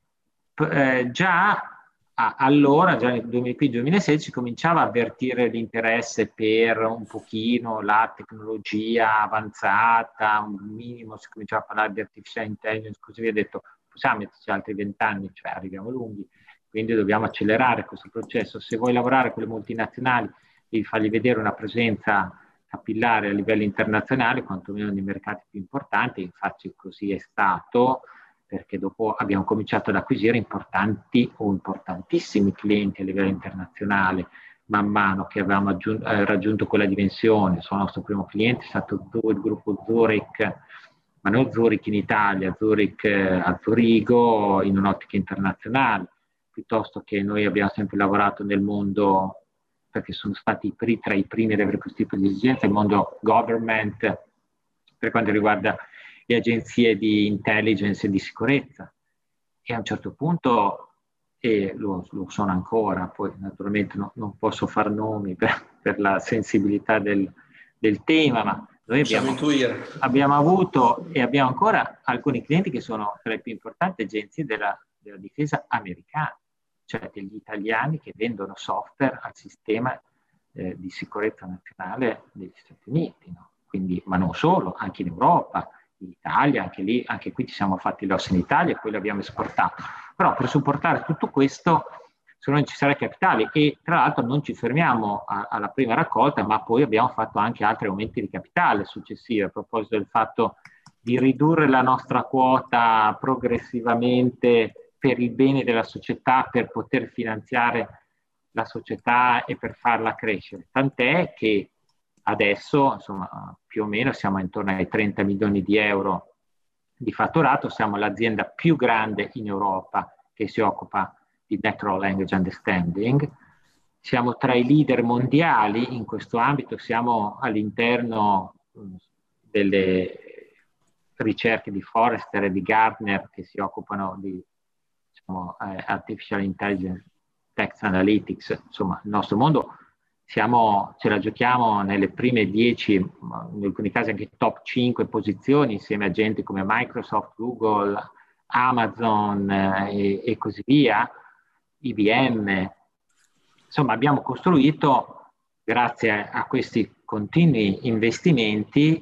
allora, già nel 2015-2016, cominciava a avvertire l'interesse per un pochino la tecnologia avanzata, un minimo si cominciava a parlare di artificial intelligence, così via, detto, possiamo metterci altri 20 anni, cioè arriviamo lunghi, quindi dobbiamo accelerare questo processo. Se vuoi lavorare con le multinazionali, devi fargli vedere una presenza capillare a livello internazionale, quantomeno nei mercati più importanti, infatti così è stato, perché dopo abbiamo cominciato ad acquisire importanti o importantissimi clienti a livello internazionale, man mano che avevamo raggiunto quella dimensione. Il nostro primo cliente è stato il gruppo Zurich, ma non Zurich in Italia, Zurich a Zurigo in un'ottica internazionale, piuttosto che noi abbiamo sempre lavorato nel mondo, perché sono stati tra i primi ad avere questo tipo di esigenza, il mondo government, per quanto riguarda le agenzie di intelligence e di sicurezza. E a un certo punto, e lo sono ancora, poi naturalmente non posso far nomi per la sensibilità del tema, ma noi abbiamo avuto e abbiamo ancora alcuni clienti che sono tra le più importanti agenzie della difesa americana, cioè degli italiani che vendono software al sistema di sicurezza nazionale degli Stati Uniti, no? Quindi, ma non solo, anche in Europa, in Italia, anche qui ci siamo fatti l'osso in Italia e poi l'abbiamo esportato. Però per supportare tutto questo sono necessari capitali e tra l'altro non ci fermiamo alla prima raccolta, ma poi abbiamo fatto anche altri aumenti di capitale successivi, a proposito del fatto di ridurre la nostra quota progressivamente per il bene della società, per poter finanziare la società e per farla crescere. Tant'è che adesso, insomma, più o meno siamo intorno ai 30 milioni di euro di fatturato, siamo l'azienda più grande in Europa che si occupa di Natural Language Understanding, siamo tra i leader mondiali in questo ambito, siamo all'interno delle ricerche di Forrester e di Gartner che si occupano di Artificial Intelligence, Text Analytics, insomma il nostro mondo ce la giochiamo nelle prime 10, in alcuni casi anche top 5 posizioni, insieme a gente come Microsoft, Google, Amazon e così via, IBM. Insomma, abbiamo costruito, grazie a questi continui investimenti,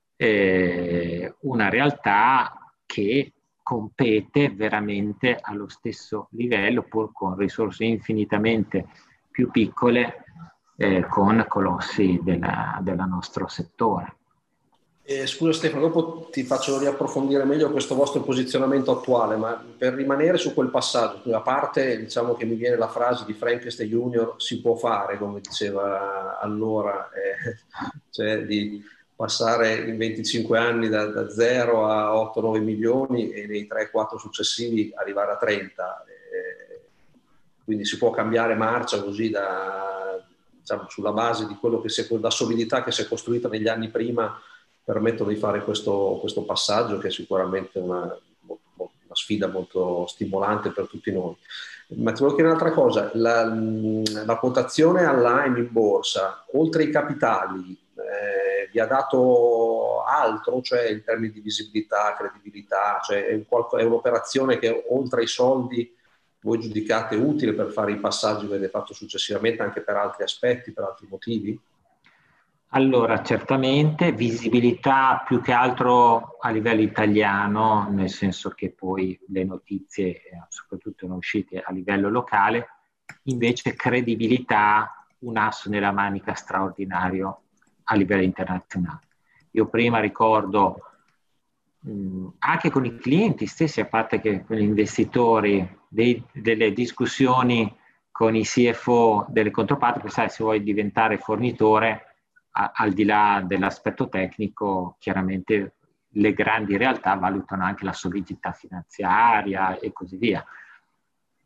una realtà che compete veramente allo stesso livello, pur con risorse infinitamente più piccole, con colossi del nostro settore. Scusa Stefano, dopo ti faccio riapprofondire meglio questo vostro posizionamento attuale, ma per rimanere su quel passaggio, a parte diciamo che mi viene la frase di Frankenstein Junior, si può fare, come diceva allora, cioè di passare in 25 anni da 0 a 8-9 milioni e nei 3-4 successivi arrivare a 30. Quindi si può cambiare marcia così diciamo, sulla base di quello che la solidità che si è costruita negli anni prima, permettono di fare questo passaggio che è sicuramente una sfida molto stimolante per tutti noi. Ma ti volevo chiedere un'altra cosa, la quotazione online in borsa, oltre ai capitali, vi ha dato altro, cioè in termini di visibilità, credibilità, cioè è un'operazione che oltre ai soldi voi giudicate utile per fare i passaggi che avete fatto successivamente anche per altri aspetti, per altri motivi? Allora, certamente visibilità più che altro a livello italiano, nel senso che poi le notizie soprattutto sono uscite a livello locale, invece credibilità, un asso nella manica straordinario a livello internazionale. Io prima ricordo anche con i clienti stessi, a parte che con gli investitori, delle discussioni con i CFO delle controparti, perché sai, se vuoi diventare fornitore, al di là dell'aspetto tecnico, chiaramente le grandi realtà valutano anche la solidità finanziaria e così via.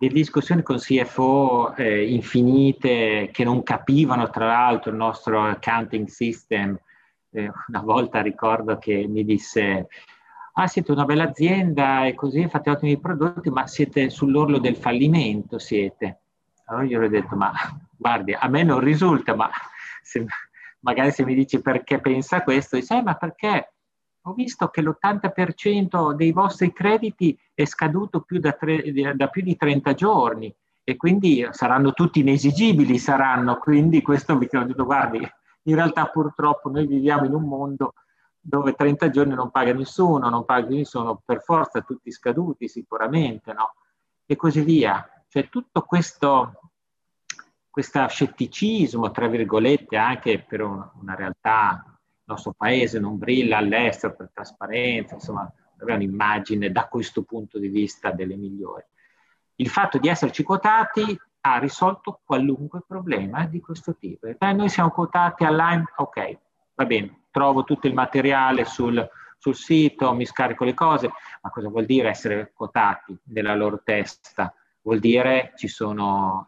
delle discussioni con CFO infinite, che non capivano tra l'altro il nostro accounting system. Una volta ricordo che mi disse: ah, siete una bella azienda e così fate ottimi prodotti, ma siete sull'orlo del fallimento, siete. Allora io gli ho detto: ma guardi, a me non risulta, ma magari se mi dici perché pensa questo, dice: ma perché ho visto che l'80% dei vostri crediti è scaduto da più di 30 giorni e quindi saranno tutti inesigibili, quindi questo mi ho detto: guardi, in realtà purtroppo noi viviamo in un mondo dove 30 giorni non paga nessuno, non paghi, sono per forza tutti scaduti sicuramente, no? E così via. Cioè tutto questo scetticismo, tra virgolette, anche per una realtà, il nostro paese non brilla all'estero per trasparenza, insomma, aveva un'immagine da questo punto di vista delle migliori. Il fatto di esserci quotati ha risolto qualunque problema di questo tipo. Noi siamo quotati all'AIM, ok, va bene, trovo tutto il materiale sul sito, mi scarico le cose, ma cosa vuol dire essere quotati nella loro testa? Vuol dire ci sono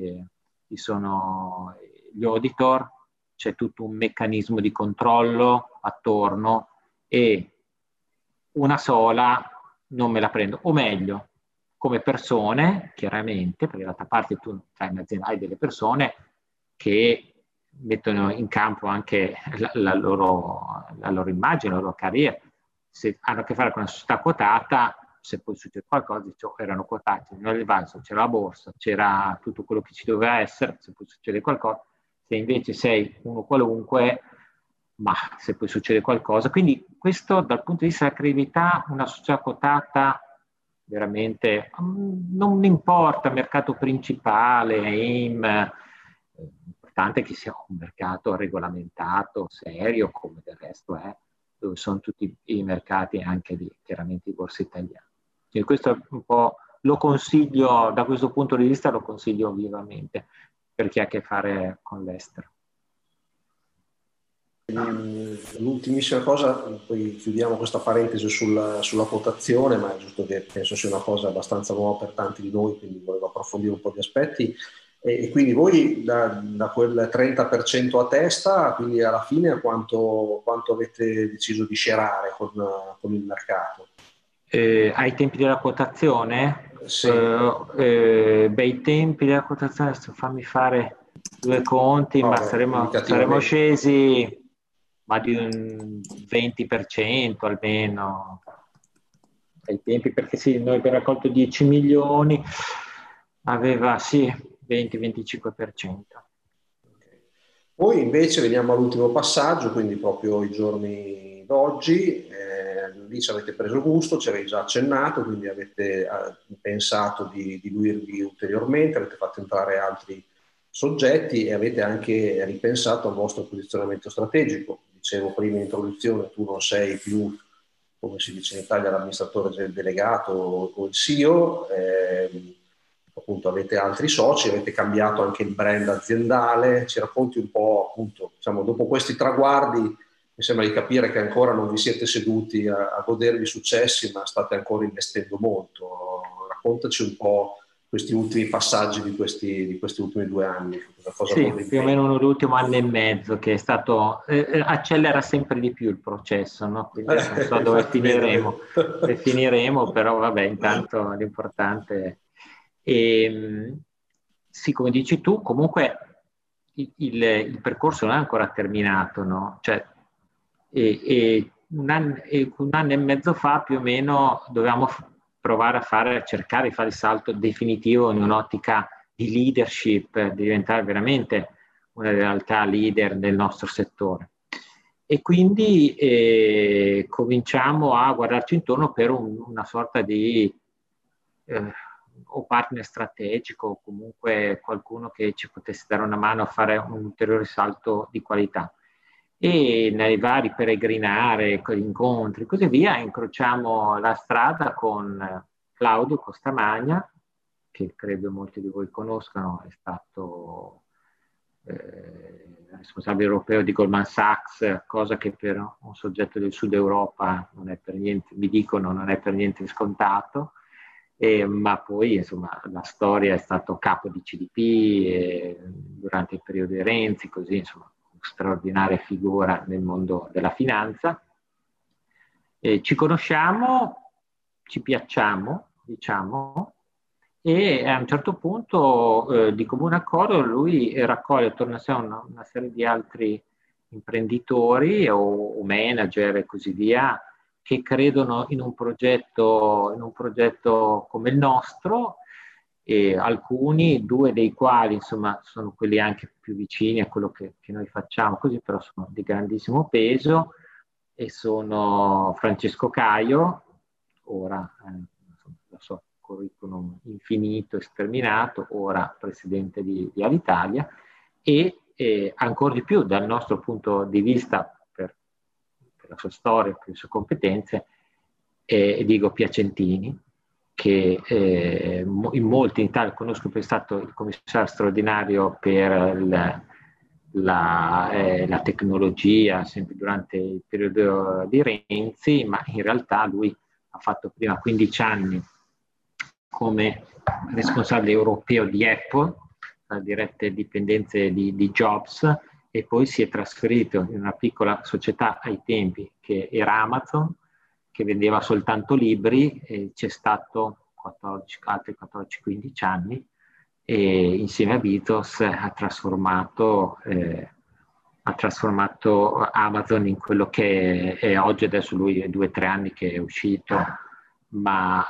gli auditor, c'è tutto un meccanismo di controllo attorno e una sola non me la prendo, o meglio, come persone, chiaramente, perché d'altra parte tu in azienda hai delle persone che mettono in campo anche la loro immagine, la loro carriera. Se hanno a che fare con una società quotata, se poi succede qualcosa, erano quotati, c'era la borsa, c'era tutto quello che ci doveva essere, se poi succede qualcosa. Se invece sei uno qualunque, ma se poi succede qualcosa. Quindi questo dal punto di vista della credibilità, una società quotata veramente non importa mercato principale, AIM, l'importante è che sia un mercato regolamentato, serio, come del resto è, dove sono tutti i mercati anche chiaramente di borsa italiana. Quindi questo è un po', lo consiglio, da questo punto di vista lo consiglio vivamente per chi ha a che fare con l'estero. L'ultimissima cosa, poi chiudiamo questa parentesi sulla quotazione, ma è giusto che penso sia una cosa abbastanza nuova per tanti di noi, quindi volevo approfondire un po' di aspetti. E quindi voi da quel 30% a testa, quindi alla fine quanto avete deciso di scerare con il mercato? Ai tempi della quotazione? Sì. I tempi della quotazione, fammi fare due conti, ma saremo scesi ma di un 20% almeno ai tempi, perché sì, noi abbiamo raccolto 10 milioni, aveva sì 20-25%. Poi invece veniamo all'ultimo passaggio, quindi proprio i giorni d'oggi, lì ci avete preso gusto, ci avete già accennato, quindi avete pensato di diluirvi ulteriormente, avete fatto entrare altri soggetti e avete anche ripensato al vostro posizionamento strategico. Dicevo prima in introduzione, tu non sei più, come si dice in Italia, l'amministratore delegato o il CEO, appunto avete altri soci, avete cambiato anche il brand aziendale. Ci racconti un po', appunto, diciamo, dopo questi traguardi, mi sembra di capire che ancora non vi siete seduti a godervi i successi, ma state ancora investendo molto. Raccontaci un po' questi ultimi passaggi di questi ultimi 2 anni. Cosa sì, più o meno l'ultimo anno e mezzo che è stato, accelera sempre di più il processo, no? Quindi non so dove finiremo, però vabbè, intanto l'importante è, sì, come dici tu, comunque il percorso non è ancora terminato, no? Cioè, un anno e mezzo fa più o meno dovevamo provare a cercare di fare il salto definitivo in un'ottica di leadership, di diventare veramente una realtà leader del nostro settore. E quindi cominciamo a guardarci intorno per una sorta di o partner strategico o comunque qualcuno che ci potesse dare una mano a fare un ulteriore salto di qualità. E nei vari peregrinare, incontri e così via, incrociamo la strada con Claudio Costamagna, che credo molti di voi conoscano, è stato responsabile europeo di Goldman Sachs, cosa che per un soggetto del Sud Europa non è per niente, mi dicono, non è per niente scontato. ma poi insomma la storia è stato capo di CDP durante il periodo di Renzi, così insomma straordinaria figura nel mondo della finanza. Ci conosciamo, ci piacciamo, diciamo, e a un certo punto di comune accordo lui raccoglie attorno a sé una serie di altri imprenditori o manager e così via che credono in un progetto come il nostro, e alcuni, 2 dei quali insomma sono quelli anche più vicini a quello che noi facciamo, così però sono di grandissimo peso, e sono Francesco Caio, ora la sua curriculum infinito e sterminato, ora presidente di Alitalia, e ancora di più dal nostro punto di vista, per la sua storia, per le sue competenze, Diego Piacentini, che in molti in Italia conoscono, perché è stato il commissario straordinario per la tecnologia, sempre durante il periodo di Renzi, ma in realtà lui ha fatto prima 15 anni come responsabile europeo di Apple, a dirette dipendenze di Jobs, e poi si è trasferito in una piccola società ai tempi che era Amazon, che vendeva soltanto libri, e c'è stato altri 14-15 anni, e insieme a Bezos ha trasformato Amazon in quello che è oggi. Adesso lui è 2 o 3 anni che è uscito, ma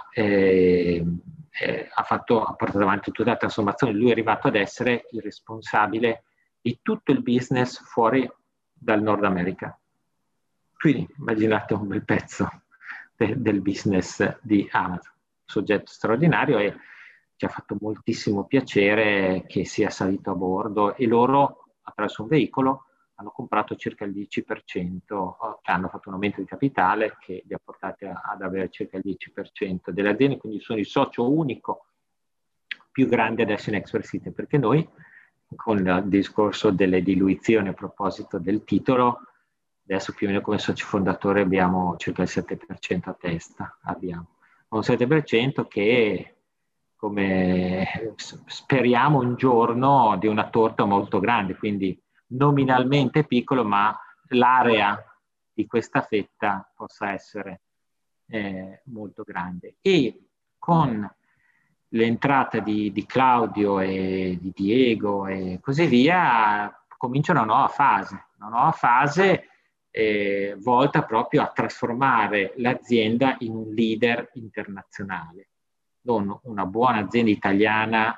ha portato avanti tutta la trasformazione. Lui è arrivato ad essere il responsabile di tutto il business fuori dal Nord America. Quindi immaginate un bel pezzo del business di Amazon, soggetto straordinario, e ci ha fatto moltissimo piacere che sia salito a bordo, e loro attraverso un veicolo hanno comprato circa il 10%, hanno fatto un aumento di capitale che li ha portati ad avere circa il 10% delle aziende, quindi sono il socio unico più grande adesso in Expert City, perché noi, con il discorso delle diluizioni a proposito del titolo, adesso più o meno come socio fondatore abbiamo circa il 7% a testa, abbiamo un 7% che, come speriamo un giorno, di una torta molto grande, quindi nominalmente piccolo, ma l'area di questa fetta possa essere molto grande. E con l'entrata di Claudio e di Diego e così via, comincia una nuova fase volta proprio a trasformare l'azienda in un leader internazionale, non una buona azienda italiana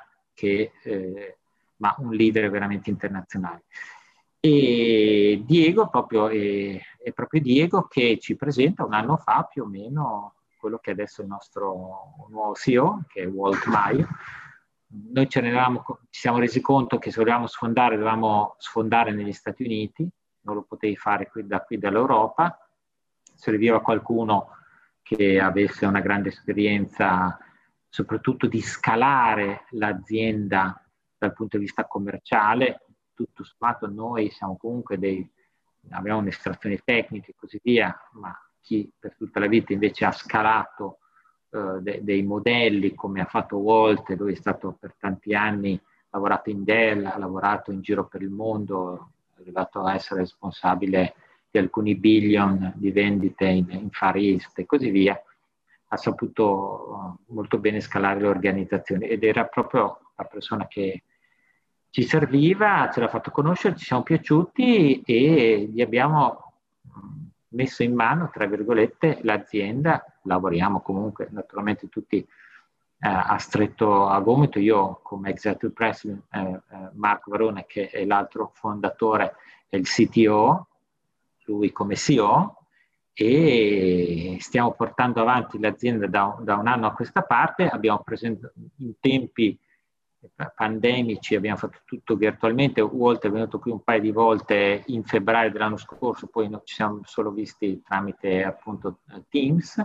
ma un leader veramente internazionale. E Diego è proprio Diego che ci presenta un anno fa più o meno quello che adesso è il nostro nuovo CEO, che è Walt Maio. Noi ci siamo resi conto che se volevamo sfondare negli Stati Uniti, non lo potevi fare qui dall'Europa, serviva qualcuno che avesse una grande esperienza, soprattutto di scalare l'azienda dal punto di vista commerciale. Tutto sommato noi siamo comunque abbiamo un'estrazione tecnica e così via, ma chi per tutta la vita invece ha scalato dei modelli, come ha fatto Walt, lui è stato per tanti anni, ha lavorato in Dell, ha lavorato in giro per il mondo, è arrivato a essere responsabile di alcuni billion di vendite in Far East e così via, ha saputo molto bene scalare le organizzazioni, ed era proprio la persona che ci serviva, ce l'ha fatto conoscere, ci siamo piaciuti e gli abbiamo messo in mano, tra virgolette, l'azienda. Lavoriamo comunque naturalmente tutti a stretto a gomito, io come executive president, Marco Varone, che è l'altro fondatore, è il CTO, lui come CEO, e stiamo portando avanti l'azienda da un anno a questa parte. Abbiamo presentato in tempi pandemici, abbiamo fatto tutto virtualmente. Walt è venuto qui un paio di volte in febbraio dell'anno scorso, poi ci siamo solo visti tramite appunto Teams,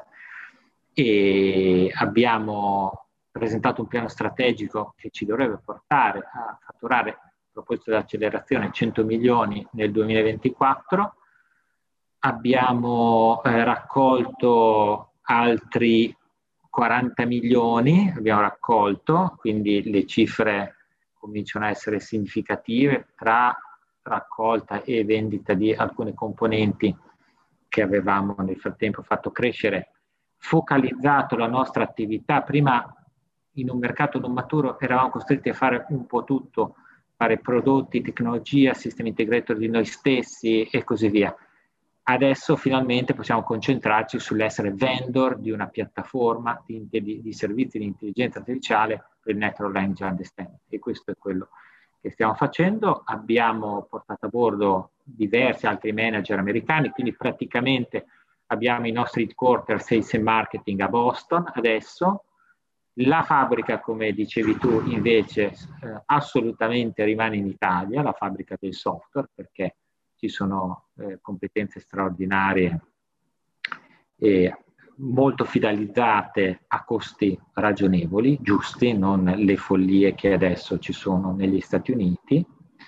e abbiamo presentato un piano strategico che ci dovrebbe portare a fatturare, a proposito dell'accelerazione, 100 milioni nel 2024. Abbiamo raccolto altri 40 milioni abbiamo raccolto, quindi le cifre cominciano a essere significative tra raccolta e vendita di alcune componenti che avevamo nel frattempo fatto crescere, focalizzato la nostra attività. Prima in un mercato non maturo eravamo costretti a fare un po' tutto, fare prodotti, tecnologia, sistemi integrator di noi stessi e così via. Adesso finalmente possiamo concentrarci sull'essere vendor di una piattaforma di servizi di intelligenza artificiale per il Natural Language Understanding, e questo è quello che stiamo facendo. Abbiamo portato a bordo diversi altri manager americani, quindi praticamente abbiamo i nostri headquarter sales e marketing a Boston adesso. La fabbrica, come dicevi tu, invece assolutamente rimane in Italia, la fabbrica del software, perché ci sono competenze straordinarie e molto fidelizzate a costi ragionevoli, giusti, non le follie che adesso ci sono negli Stati Uniti.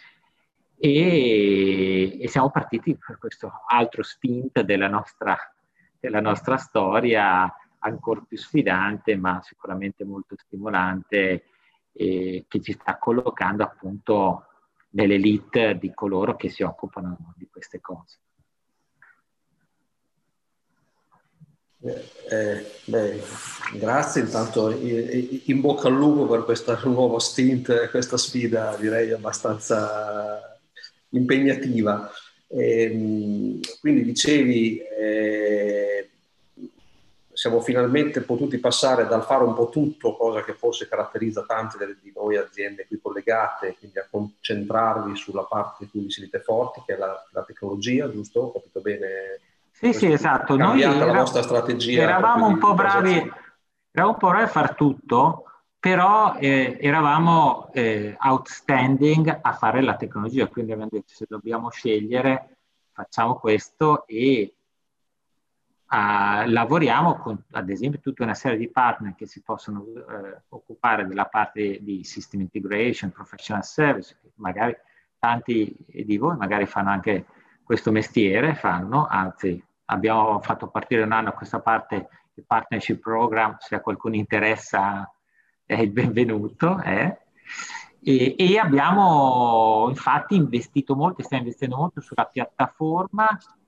E siamo partiti per questo altro stint della nostra storia, ancora più sfidante, ma sicuramente molto stimolante, che ci sta collocando appunto nell'elite di coloro che si occupano di queste cose. Grazie, intanto in bocca al lupo per questa nuova stint, questa sfida direi abbastanza impegnativa. Quindi dicevi, siamo finalmente potuti passare dal fare un po' tutto, cosa che forse caratterizza tante di noi aziende qui collegate, quindi a concentrarvi sulla parte in cui vi siete forti, che è la tecnologia, giusto? Ho capito bene? Sì, esatto. Noi La vostra strategia eravamo un po' bravi a far tutto, però eravamo outstanding a fare la tecnologia, quindi abbiamo detto se dobbiamo scegliere facciamo questo e lavoriamo con, ad esempio, tutta una serie di partner che si possono occupare della parte di system integration, professional service, magari tanti di voi magari fanno anche questo mestiere, anzi abbiamo fatto partire un anno questa parte di partnership program, se a qualcuno interessa è il benvenuto. E abbiamo infatti investito molto, stiamo investendo molto sulla piattaforma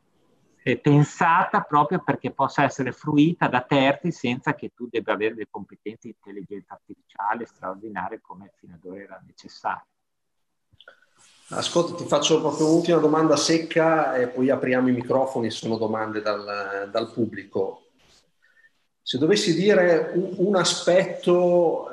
pensata proprio perché possa essere fruita da terzi senza che tu debba avere le competenze di intelligenza artificiale straordinarie come fino ad ora era necessario. Ascolta, ti faccio proprio un'ultima domanda secca e poi apriamo i microfoni se sono domande dal pubblico. Se dovessi dire un aspetto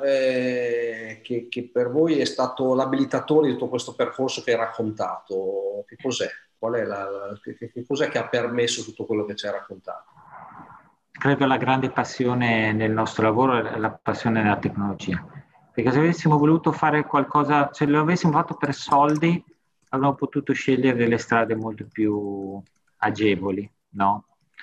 che per voi è stato l'abilitatore di tutto questo percorso che hai raccontato, che cos'è? Che cos'è che ha permesso tutto quello che ci hai raccontato? Credo la grande passione nel nostro lavoro è la passione nella tecnologia. Perché se avessimo voluto fare qualcosa, se lo avessimo fatto per soldi, avremmo potuto scegliere delle strade molto più agevoli, no?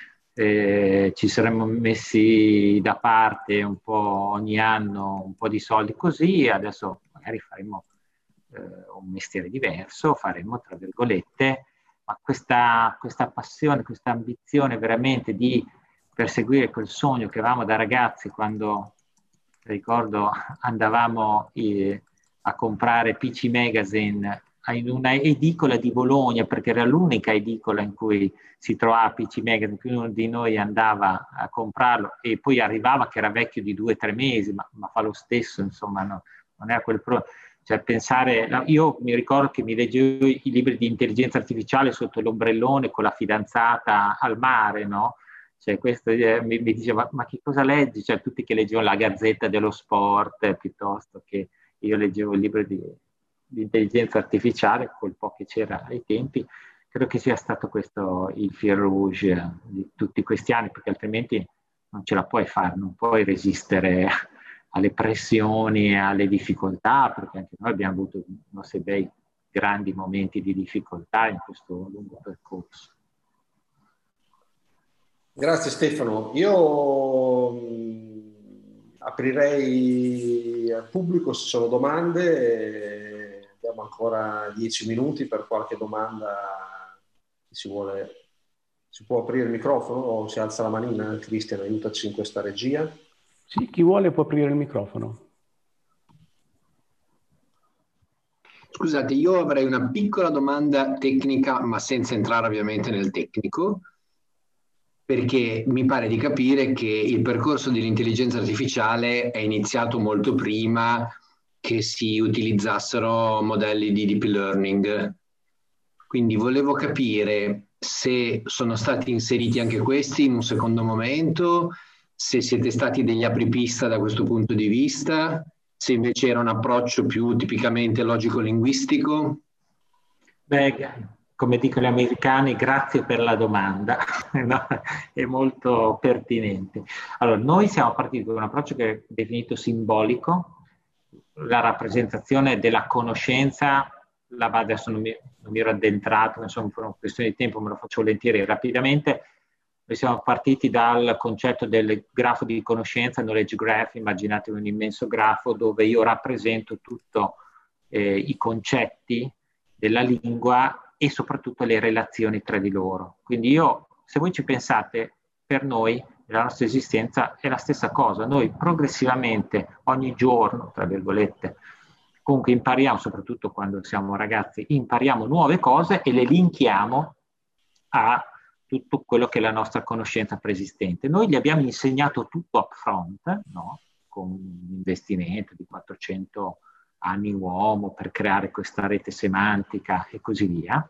Ci saremmo messi da parte un po' ogni anno un po' di soldi così, adesso magari faremo un mestiere diverso, faremo tra virgolette, ma questa passione, questa ambizione veramente di perseguire quel sogno che avevamo da ragazzi quando, ricordo, andavamo a comprare PC Magazine in una edicola di Bologna, perché era l'unica edicola in cui si trovava PC Magazine, quindi uno di noi andava a comprarlo e poi arrivava che era vecchio di 2 o 3 mesi, ma fa lo stesso, insomma, no, non era quel cioè pensare, no, io mi ricordo che mi leggevo i libri di intelligenza artificiale sotto l'ombrellone con la fidanzata al mare, no? Cioè questo mi diceva, ma che cosa leggi? Cioè tutti che leggevano la Gazzetta dello Sport piuttosto che io leggevo il libro di intelligenza artificiale, quel po' che c'era ai tempi. Credo che sia stato questo il fil rouge di tutti questi anni, perché altrimenti non ce la puoi fare, non puoi resistere alle pressioni, alle difficoltà, perché anche noi abbiamo avuto i nostri bei grandi momenti di difficoltà in questo lungo percorso. Grazie Stefano. Io aprirei al pubblico se sono domande. Abbiamo ancora 10 minuti per qualche domanda. Si può aprire il microfono o si alza la manina? Cristian, aiutaci in questa regia. Sì, chi vuole può aprire il microfono. Scusate, io avrei una piccola domanda tecnica, ma senza entrare ovviamente nel tecnico, perché mi pare di capire che il percorso dell'intelligenza artificiale è iniziato molto prima che si utilizzassero modelli di deep learning. Quindi volevo capire se sono stati inseriti anche questi in un secondo momento, se siete stati degli apripista da questo punto di vista, se invece era un approccio più tipicamente logico-linguistico. Beh, come dicono gli americani, grazie per la domanda, no? È molto pertinente. Allora, noi siamo partiti da un approccio che è definito simbolico, la rappresentazione della conoscenza, adesso non mi ero addentrato, insomma, per una questione di tempo, me lo faccio volentieri rapidamente. Noi siamo partiti dal concetto del grafo di conoscenza, knowledge graph, immaginate un immenso grafo dove io rappresento tutti i concetti della lingua e soprattutto le relazioni tra di loro. Quindi io, se voi ci pensate, per noi la nostra esistenza è la stessa cosa. Noi progressivamente, ogni giorno, tra virgolette, comunque impariamo, soprattutto quando siamo ragazzi, impariamo nuove cose e le linkiamo a tutto quello che è la nostra conoscenza preesistente. Noi gli abbiamo insegnato tutto up front, no? Con un investimento di 400 anni uomo per creare questa rete semantica e così via.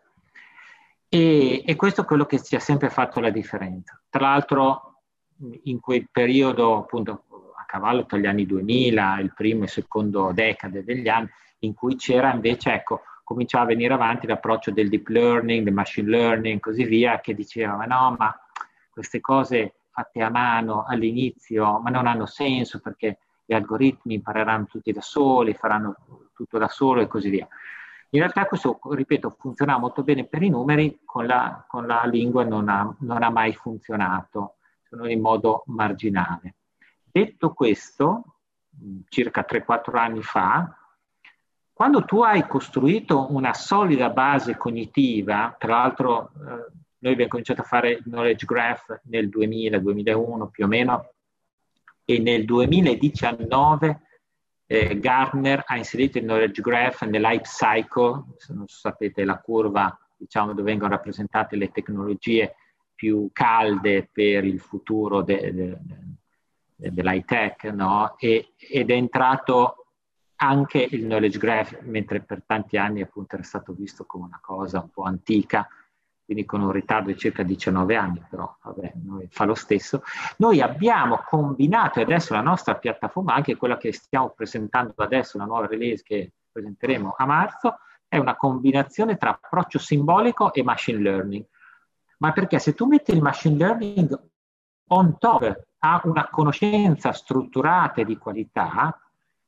E questo è quello che ci ha sempre fatto la differenza. Tra l'altro in quel periodo, appunto a cavallo tra gli anni 2000, il primo e il secondo decade degli anni, in cui c'era invece, ecco, cominciava a venire avanti l'approccio del deep learning, del machine learning e così via, che diceva, ma no, ma queste cose fatte a mano all'inizio, ma non hanno senso perché gli algoritmi impareranno tutti da soli, faranno tutto da solo e così via. In realtà questo, ripeto, funzionava molto bene per i numeri, con la lingua non ha mai funzionato, se non in modo marginale. Detto questo, circa 3-4 anni fa, quando tu hai costruito una solida base cognitiva, tra l'altro noi abbiamo cominciato a fare il knowledge graph nel 2000-2001 più o meno, e nel 2019 Gartner ha inserito il knowledge graph nell'hype cycle, se non sapete la curva, diciamo, dove vengono rappresentate le tecnologie più calde per il futuro dell'high tech, no? Ed è entrato anche il knowledge graph, mentre per tanti anni appunto era stato visto come una cosa un po' antica, quindi con un ritardo di circa 19 anni, però vabbè, noi fa lo stesso. Noi abbiamo combinato, e adesso la nostra piattaforma, anche quella che stiamo presentando adesso, la nuova release che presenteremo a marzo, è una combinazione tra approccio simbolico e machine learning. Ma perché se tu metti il machine learning on top a una conoscenza strutturata e di qualità,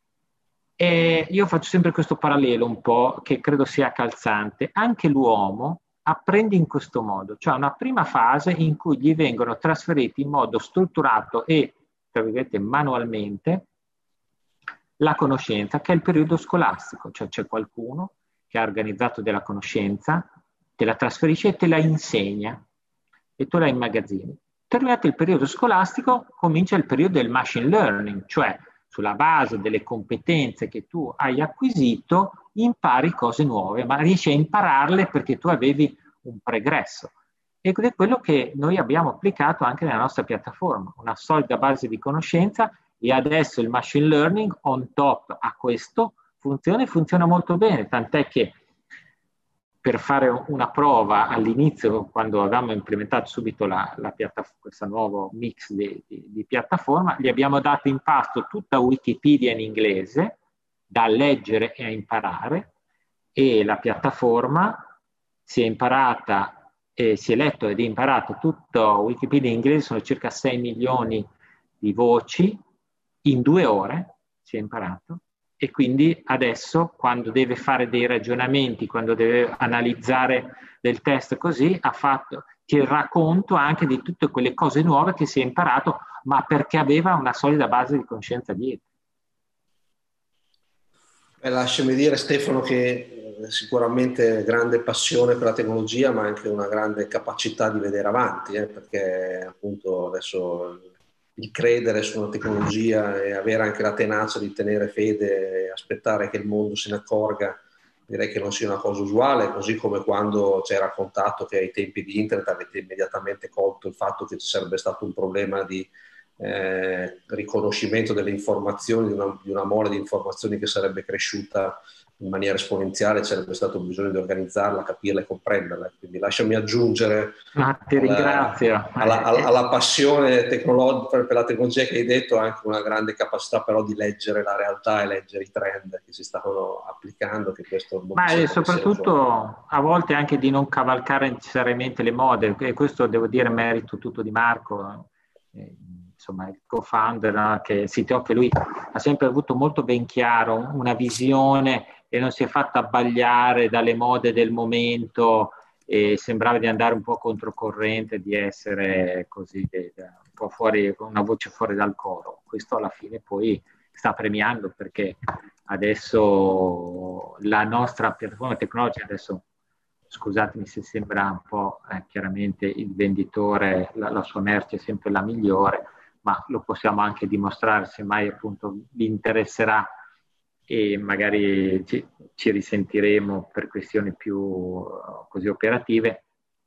io faccio sempre questo parallelo un po' che credo sia calzante, anche l'uomo apprende in questo modo, cioè una prima fase in cui gli vengono trasferiti in modo strutturato e, tra virgolette, manualmente la conoscenza, che è il periodo scolastico, cioè c'è qualcuno che ha organizzato della conoscenza, te la trasferisce e te la insegna e tu la immagazzini. Terminato il periodo scolastico, comincia il periodo del machine learning, cioè sulla base delle competenze che tu hai acquisito, impari cose nuove, ma riesci a impararle perché tu avevi un pregresso. Ed è quello che noi abbiamo applicato anche nella nostra piattaforma, una solida base di conoscenza, e adesso il machine learning on top a questo funziona molto bene, tant'è che per fare una prova all'inizio, quando avevamo implementato subito questo nuovo mix di piattaforma, gli abbiamo dato in pasto tutta Wikipedia in inglese, da leggere e a imparare, e la piattaforma si è letto ed imparato tutto Wikipedia in inglese, sono circa 6 milioni di voci, in 2 ore si è imparato. E quindi adesso, quando deve fare dei ragionamenti, quando deve analizzare del testo così, ti racconto anche di tutte quelle cose nuove che si è imparato, ma perché aveva una solida base di conoscenza dietro. Lasciami dire, Stefano, che sicuramente grande passione per la tecnologia, ma anche una grande capacità di vedere avanti, perché appunto adesso il credere su una tecnologia e avere anche la tenacia di tenere fede e aspettare che il mondo se ne accorga, direi che non sia una cosa usuale, così come quando ci hai raccontato che ai tempi di internet avete immediatamente colto il fatto che ci sarebbe stato un problema di riconoscimento delle informazioni, di una mole di informazioni che sarebbe cresciuta in maniera esponenziale, sarebbe stato bisogno di organizzarla, capirla e comprenderla. Quindi lasciami aggiungere ti ringrazio. alla passione per la tecnologia che hai detto, anche una grande capacità però di leggere la realtà e leggere i trend che si stavano applicando, che questo non Ma mi sembra che sia usuale. soprattutto a volte anche di non cavalcare necessariamente le mode, e questo devo dire merito tutto di Marco, insomma il co-founder, no? Che lui ha sempre avuto molto ben chiaro una visione e non si è fatto abbagliare dalle mode del momento e sembrava di andare un po' controcorrente, di essere così un po' fuori, con una voce fuori dal coro. Questo alla fine poi sta premiando, perché adesso la nostra piattaforma tecnologica, adesso scusatemi se sembra un po' chiaramente il venditore, la sua merce è sempre la migliore, ma lo possiamo anche dimostrare, se mai appunto vi interesserà e magari ci risentiremo per questioni più così operative.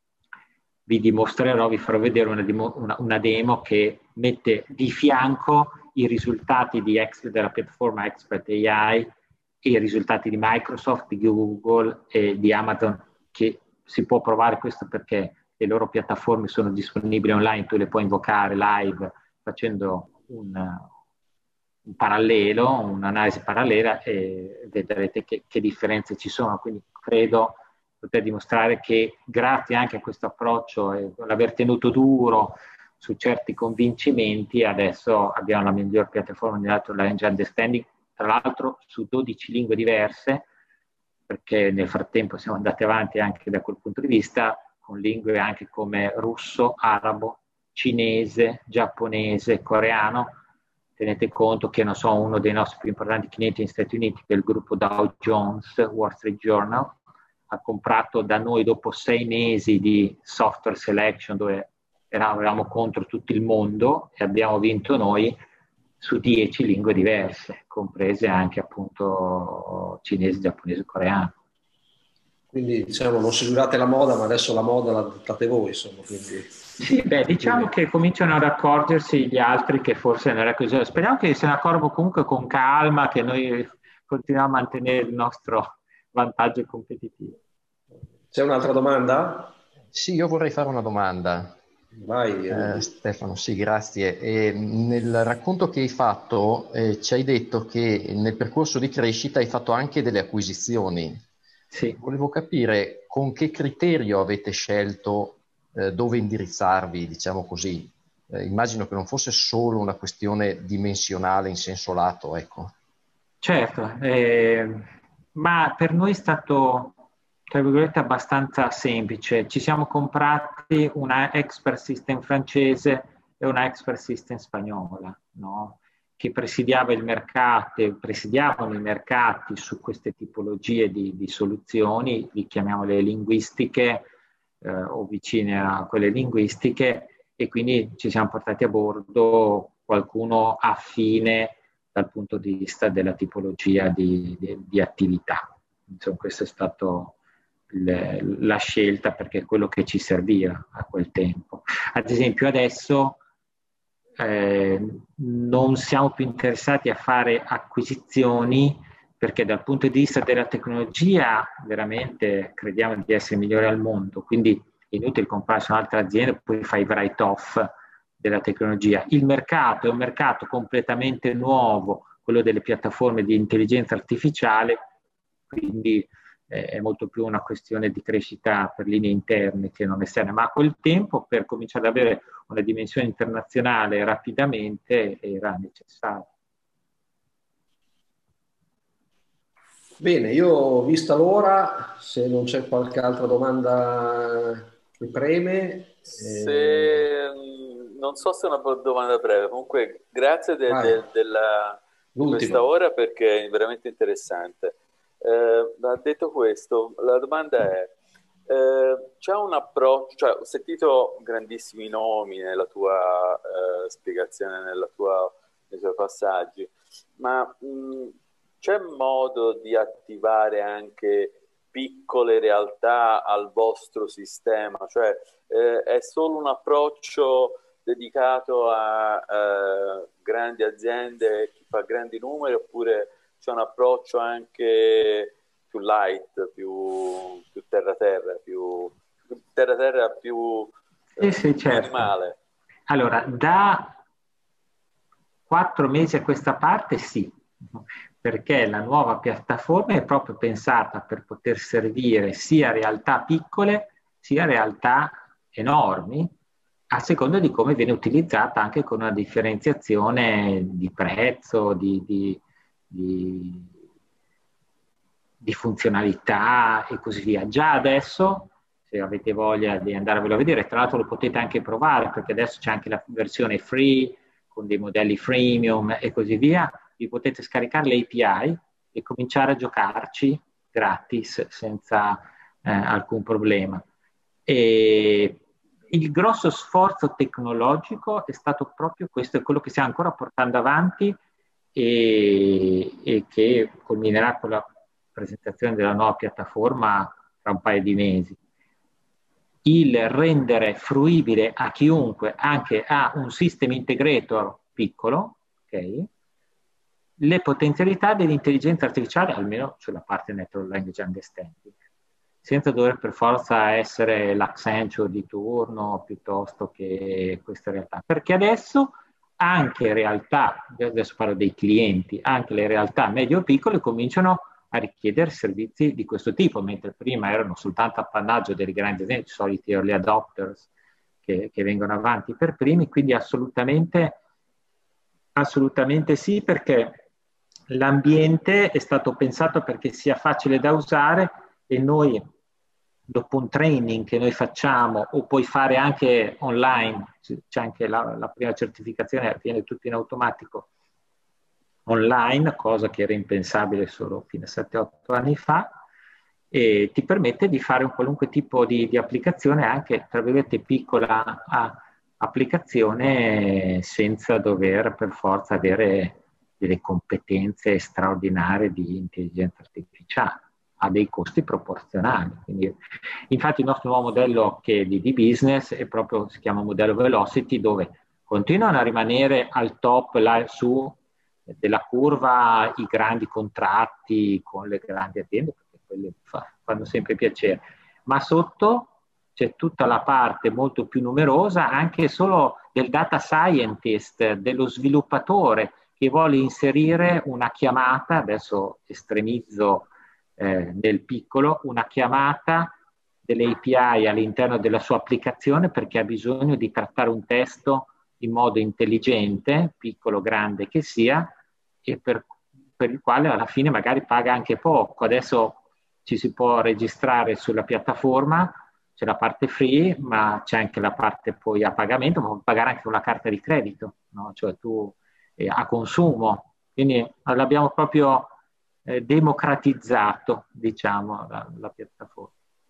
Vi farò vedere una demo che mette di fianco i risultati della piattaforma Expert AI e i risultati di Microsoft, di Google e di Amazon, che si può provare. Questo perché le loro piattaforme sono disponibili online, tu le puoi invocare live facendo un parallelo, un'analisi parallela, e vedrete che differenze ci sono. Quindi credo poter dimostrare che grazie anche a questo approccio e l'aver tenuto duro su certi convincimenti, adesso abbiamo la miglior piattaforma di Natural Language Understanding, tra l'altro su 12 lingue diverse, perché nel frattempo siamo andati avanti anche da quel punto di vista, con lingue anche come russo, arabo, cinese, giapponese, coreano. Tenete conto che, non so, uno dei nostri più importanti clienti negli Stati Uniti, che è il gruppo Dow Jones, Wall Street Journal, ha comprato da noi dopo 6 mesi di software selection, dove eravamo contro tutto il mondo, e abbiamo vinto noi su 10 lingue diverse, comprese anche appunto cinese, giapponese, coreano. Quindi diciamo non seguivate la moda, ma adesso la moda la dettate voi, insomma. Quindi, sì, diciamo che cominciano ad accorgersi gli altri che forse non era così. Speriamo che se ne accorgano comunque con calma, che noi continuiamo a mantenere il nostro vantaggio competitivo. C'è un'altra domanda? Sì, io vorrei fare una domanda. Vai. Stefano, sì, grazie. Nel racconto che hai fatto ci hai detto che nel percorso di crescita hai fatto anche delle acquisizioni. Sì. Volevo capire con che criterio avete scelto dove indirizzarvi, diciamo così. Immagino che non fosse solo una questione dimensionale in senso lato, ecco. Certo, ma per noi è stato, tra virgolette, abbastanza semplice. Ci siamo comprati una expert system francese e una expert system spagnola, no? Che presidiavano i mercati su queste tipologie di soluzioni, li chiamiamole linguistiche o vicine a quelle linguistiche, e quindi ci siamo portati a bordo qualcuno affine dal punto di vista della tipologia di attività. Insomma, questa è stata la scelta, perché è quello che ci serviva a quel tempo. Ad esempio adesso non siamo più interessati a fare acquisizioni, perché dal punto di vista della tecnologia veramente crediamo di essere migliori al mondo, quindi è inutile comprarsi un'altra azienda e poi fai write-off della tecnologia. Il mercato è un mercato completamente nuovo, quello delle piattaforme di intelligenza artificiale, quindi è molto più una questione di crescita per linee interne che non esterne, ma a quel tempo per cominciare ad avere una dimensione internazionale rapidamente era necessario. Bene, io ho vista l'ora, se non c'è qualche altra domanda che preme. Non so se è una domanda breve, comunque grazie di questa ora, perché è veramente interessante. Detto questo, la domanda è, c'è un approccio, cioè ho sentito grandissimi nomi nella tua spiegazione, nei tuoi passaggi, ma c'è modo di attivare anche piccole realtà al vostro sistema? Cioè è solo un approccio dedicato a grandi aziende, chi fa grandi numeri, oppure c'è un approccio anche più light, più terra-terra, più Sì, certo. minimale? Allora, da 4 mesi a questa parte sì, perché la nuova piattaforma è proprio pensata per poter servire sia realtà piccole sia realtà enormi, a seconda di come viene utilizzata, anche con una differenziazione di prezzo, di funzionalità e così via. Già adesso, se avete voglia di andarvelo a vedere, tra l'altro lo potete anche provare, perché adesso c'è anche la versione free, con dei modelli freemium e così via, vi potete scaricare le API e cominciare a giocarci gratis senza alcun problema. E il grosso sforzo tecnologico è stato proprio questo, è quello che stiamo ancora portando avanti e che culminerà con la presentazione della nuova piattaforma tra un paio di mesi. Il rendere fruibile a chiunque, anche a un system integrator piccolo, okay, le potenzialità dell'intelligenza artificiale, almeno sulla parte natural language understanding, senza dover per forza essere l'Accenture di turno piuttosto che queste realtà. Perché adesso anche realtà, adesso parlo dei clienti, anche le realtà medio-piccole cominciano a richiedere servizi di questo tipo, mentre prima erano soltanto appannaggio delle grandi aziende, i soliti early adopters che vengono avanti per primi, quindi assolutamente sì, perché l'ambiente è stato pensato perché sia facile da usare e noi, dopo un training che noi facciamo, o puoi fare anche online, c'è anche la prima certificazione, avviene tutto in automatico online, cosa che era impensabile solo fino a 7-8 anni fa, e ti permette di fare un qualunque tipo di applicazione, anche tra virgolette piccola applicazione, senza dover per forza avere delle competenze straordinarie di intelligenza artificiale, a dei costi proporzionali. Quindi, infatti il nostro nuovo modello di business è proprio, si chiama modello Velocity, dove continuano a rimanere al top là su della curva i grandi contratti con le grandi aziende, perché quelle fanno sempre piacere, ma sotto c'è tutta la parte molto più numerosa, anche solo del data scientist, dello sviluppatore che vuole inserire una chiamata, adesso estremizzo nel piccolo, una chiamata delle API all'interno della sua applicazione perché ha bisogno di trattare un testo in modo intelligente, piccolo o grande che sia, e per il quale alla fine magari paga anche poco. Adesso ci si può registrare sulla piattaforma, c'è la parte free, ma c'è anche la parte poi a pagamento, ma puoi pagare anche con la carta di credito, no? Cioè tu a consumo. Quindi l'abbiamo proprio democratizzato, diciamo, la piattaforma.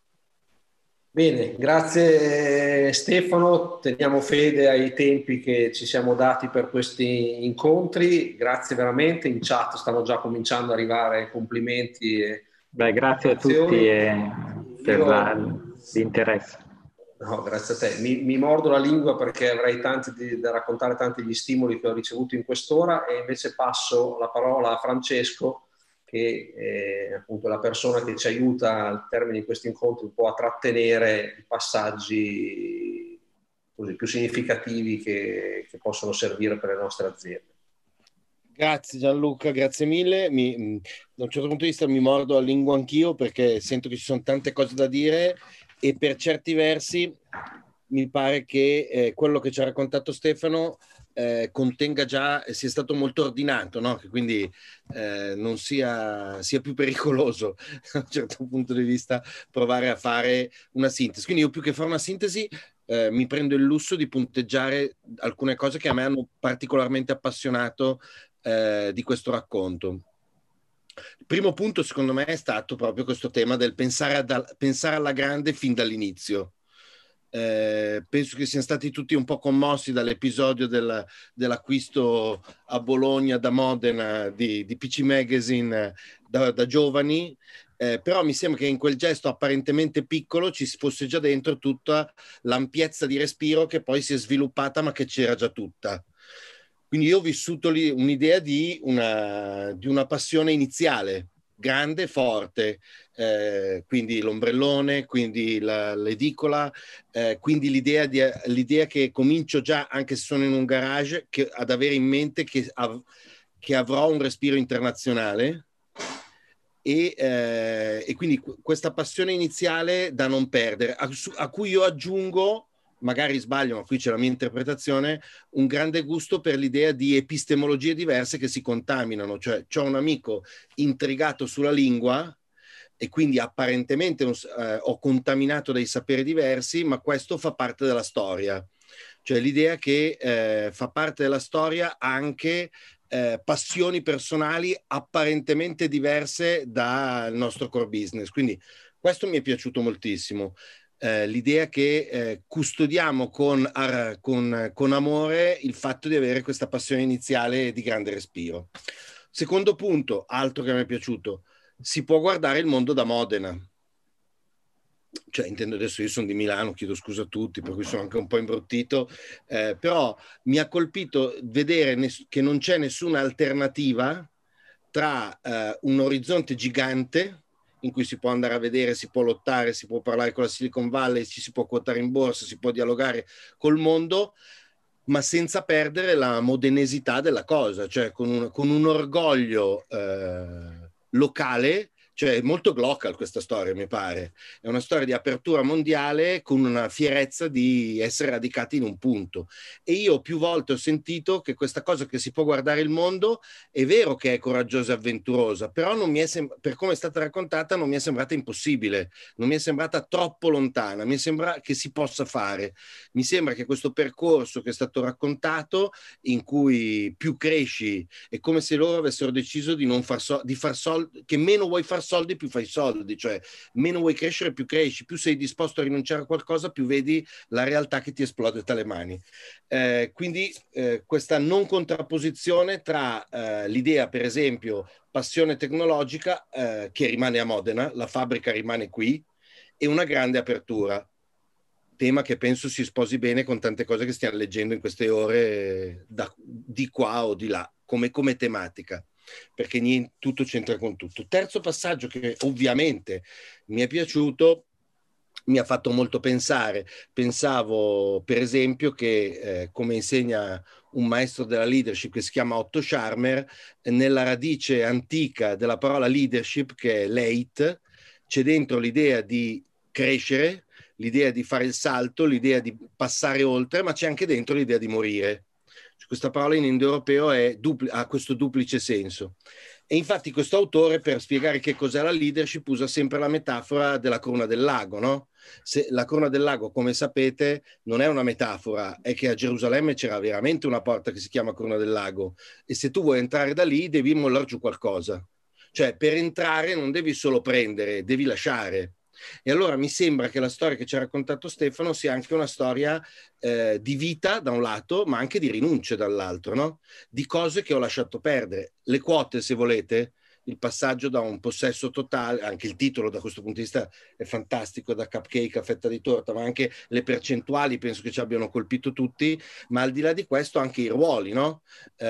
Bene, grazie Stefano, teniamo fede ai tempi che ci siamo dati per questi incontri, grazie veramente, in chat stanno già cominciando ad arrivare complimenti. Grazie a tutti per l'interesse. No, grazie a te, mi mordo la lingua perché avrei tanti da raccontare, tanti gli stimoli che ho ricevuto in quest'ora, e invece passo la parola a Francesco, che è appunto la persona che ci aiuta al termine di questi incontri un po' a trattenere i passaggi così più significativi che possono servire per le nostre aziende. Grazie Gianluca, grazie mille. Da un certo punto di vista mi mordo la lingua anch'io perché sento che ci sono tante cose da dire e per certi versi mi pare che quello che ci ha raccontato Stefano contenga già, sia stato molto ordinato, no? Che quindi non sia più pericoloso da un certo punto di vista provare a fare una sintesi. Quindi io più che fare una sintesi mi prendo il lusso di punteggiare alcune cose che a me hanno particolarmente appassionato di questo racconto. Il primo punto, secondo me, è stato proprio questo tema del pensare alla grande fin dall'inizio. Penso che siano stati tutti un po' commossi dall'episodio dell'acquisto a Bologna da Modena di PC Magazine da giovani, però mi sembra che in quel gesto apparentemente piccolo ci fosse già dentro tutta l'ampiezza di respiro che poi si è sviluppata ma che c'era già tutta. Quindi io ho vissuto lì un'idea di una passione iniziale, grande, forte, quindi l'ombrellone, quindi l'edicola, quindi l'idea che comincio già, anche se sono in un garage, ad avere in mente che avrò un respiro internazionale e quindi questa passione iniziale da non perdere, a cui io aggiungo, magari sbaglio, ma qui c'è la mia interpretazione, un grande gusto per l'idea di epistemologie diverse che si contaminano. Cioè, c'ho un amico intrigato sulla lingua e quindi apparentemente ho contaminato dei saperi diversi, ma questo fa parte della storia. Cioè l'idea che fa parte della storia anche passioni personali apparentemente diverse dal nostro core business. Quindi questo mi è piaciuto moltissimo. L'idea che custodiamo con amore il fatto di avere questa passione iniziale di grande respiro. Secondo punto, altro che mi è piaciuto, si può guardare il mondo da Modena. Cioè, intendo, adesso io sono di Milano, chiedo scusa a tutti, per cui sono anche un po' imbruttito, però mi ha colpito vedere che non c'è nessuna alternativa tra un orizzonte gigante in cui si può andare a vedere, si può lottare, si può parlare con la Silicon Valley, ci si può quotare in borsa, si può dialogare col mondo, ma senza perdere la modenesità della cosa, cioè con un orgoglio locale. Cioè è molto glocal questa storia, mi pare. È una storia di apertura mondiale con una fierezza di essere radicati in un punto. E io più volte ho sentito che questa cosa che si può guardare il mondo è vero che è coraggiosa e avventurosa, però non mi è per come è stata raccontata non mi è sembrata impossibile, non mi è sembrata troppo lontana, mi sembra che si possa fare. Mi sembra che questo percorso che è stato raccontato, in cui più cresci, è come se loro avessero deciso di non far soldi, che meno vuoi far soldi più fai soldi, cioè meno vuoi crescere più cresci, più sei disposto a rinunciare a qualcosa più vedi la realtà che ti esplode dalle mani. Quindi questa non contrapposizione tra l'idea, per esempio, passione tecnologica che rimane a Modena, la fabbrica rimane qui, e una grande apertura, tema che penso si sposi bene con tante cose che stiamo leggendo in queste ore di qua o di là, come tematica, perché tutto c'entra con tutto. Terzo passaggio che ovviamente mi è piaciuto, mi ha fatto molto pensare. Pensavo per esempio che, come insegna un maestro della leadership che si chiama Otto Scharmer, nella radice antica della parola leadership, che è leit, c'è dentro l'idea di crescere, l'idea di fare il salto, l'idea di passare oltre, ma c'è anche dentro l'idea di morire. Questa parola in indoeuropeo ha questo duplice senso. E infatti questo autore, per spiegare che cos'è la leadership, usa sempre la metafora della cruna del lago, no? La cruna del lago, come sapete, non è una metafora, è che a Gerusalemme c'era veramente una porta che si chiama cruna del lago, e se tu vuoi entrare da lì devi mollar giù qualcosa. Cioè, per entrare non devi solo prendere, devi lasciare. E allora mi sembra che la storia che ci ha raccontato Stefano sia anche una storia di vita da un lato, ma anche di rinunce dall'altro, no? Di cose che ho lasciato perdere. Le quote, se volete, il passaggio da un possesso totale, anche il titolo da questo punto di vista è fantastico, da cupcake a fetta di torta, ma anche le percentuali penso che ci abbiano colpito tutti, ma al di là di questo anche i ruoli, no?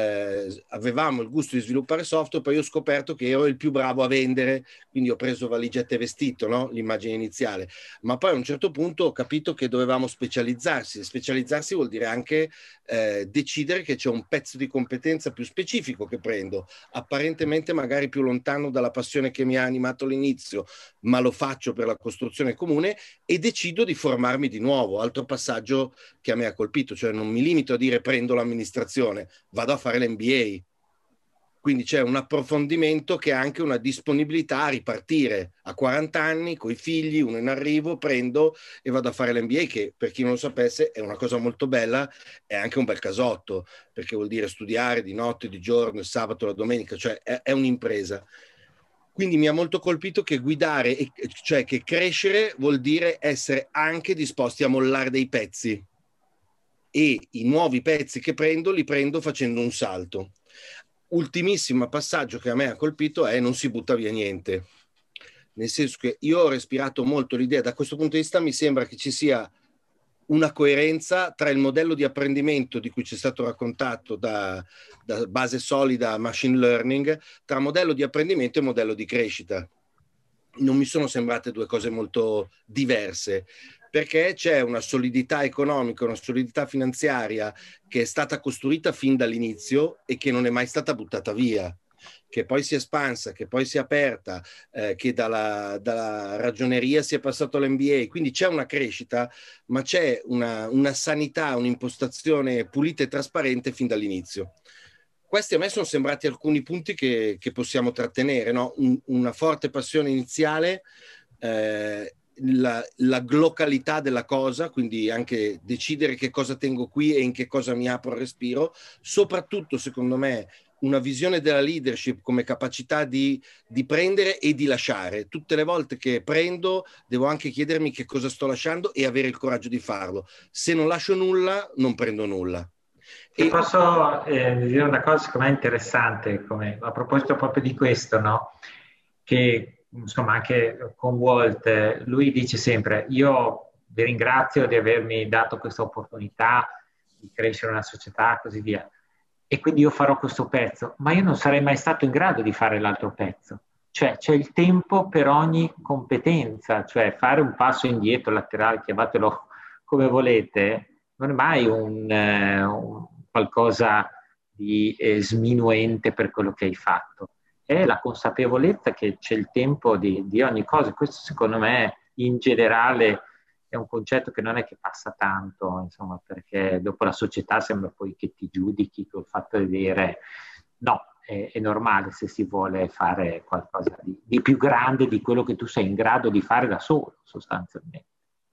Avevamo il gusto di sviluppare software, poi ho scoperto che ero il più bravo a vendere, quindi ho preso valigette e vestito, no? L'immagine iniziale, ma poi a un certo punto ho capito che dovevamo specializzarsi. Specializzarsi vuol dire anche decidere che c'è un pezzo di competenza più specifico che prendo, apparentemente magari più lontano dalla passione che mi ha animato all'inizio, ma lo faccio per la costruzione comune, e decido di formarmi di nuovo. Altro passaggio che a me ha colpito, cioè non mi limito a dire prendo l'amministrazione, vado a fare l'MBA. Quindi c'è un approfondimento che ha anche una disponibilità a ripartire a 40 anni, con i figli, uno in arrivo, prendo e vado a fare l'MBA, che per chi non lo sapesse è una cosa molto bella, è anche un bel casotto, perché vuol dire studiare di notte, di giorno, il sabato, la domenica, cioè è un'impresa. Quindi mi ha molto colpito che guidare, cioè che crescere vuol dire essere anche disposti a mollare dei pezzi, e i nuovi pezzi che prendo li prendo facendo un salto. Ultimissimo passaggio che a me ha colpito è: non si butta via niente. Nel senso che io ho respirato molto l'idea, da questo punto di vista mi sembra che ci sia una coerenza tra il modello di apprendimento di cui ci è stato raccontato da base solida machine learning, tra modello di apprendimento e modello di crescita. Non mi sono sembrate due cose molto diverse, perché c'è una solidità economica, una solidità finanziaria che è stata costruita fin dall'inizio e che non è mai stata buttata via, che poi si è espansa, che poi si è aperta, che dalla ragioneria si è passato all'MBA, quindi c'è una crescita, ma c'è una sanità, un'impostazione pulita e trasparente fin dall'inizio. Questi a me sono sembrati alcuni punti che possiamo trattenere, no? Una forte passione iniziale, la glocalità della cosa, quindi anche decidere che cosa tengo qui e in che cosa mi apro al respiro, soprattutto secondo me una visione della leadership come capacità di prendere e di lasciare. Tutte le volte che prendo devo anche chiedermi che cosa sto lasciando e avere il coraggio di farlo. Se non lascio nulla, non prendo nulla. E posso dire una cosa secondo me interessante, a proposito proprio di questo, no? Che insomma anche con Walt, lui dice sempre: io vi ringrazio di avermi dato questa opportunità di crescere una società, così via, e quindi io farò questo pezzo, ma io non sarei mai stato in grado di fare l'altro pezzo. Cioè c'è il tempo per ogni competenza, cioè fare un passo indietro, laterale, chiamatelo come volete, non è mai un qualcosa di sminuente per quello che hai fatto. È la consapevolezza che c'è il tempo di ogni cosa. Questo secondo me in generale è un concetto che non è che passa tanto, insomma, perché dopo la società sembra poi che ti giudichi col fatto di dire no, è normale se si vuole fare qualcosa di più grande di quello che tu sei in grado di fare da solo, sostanzialmente.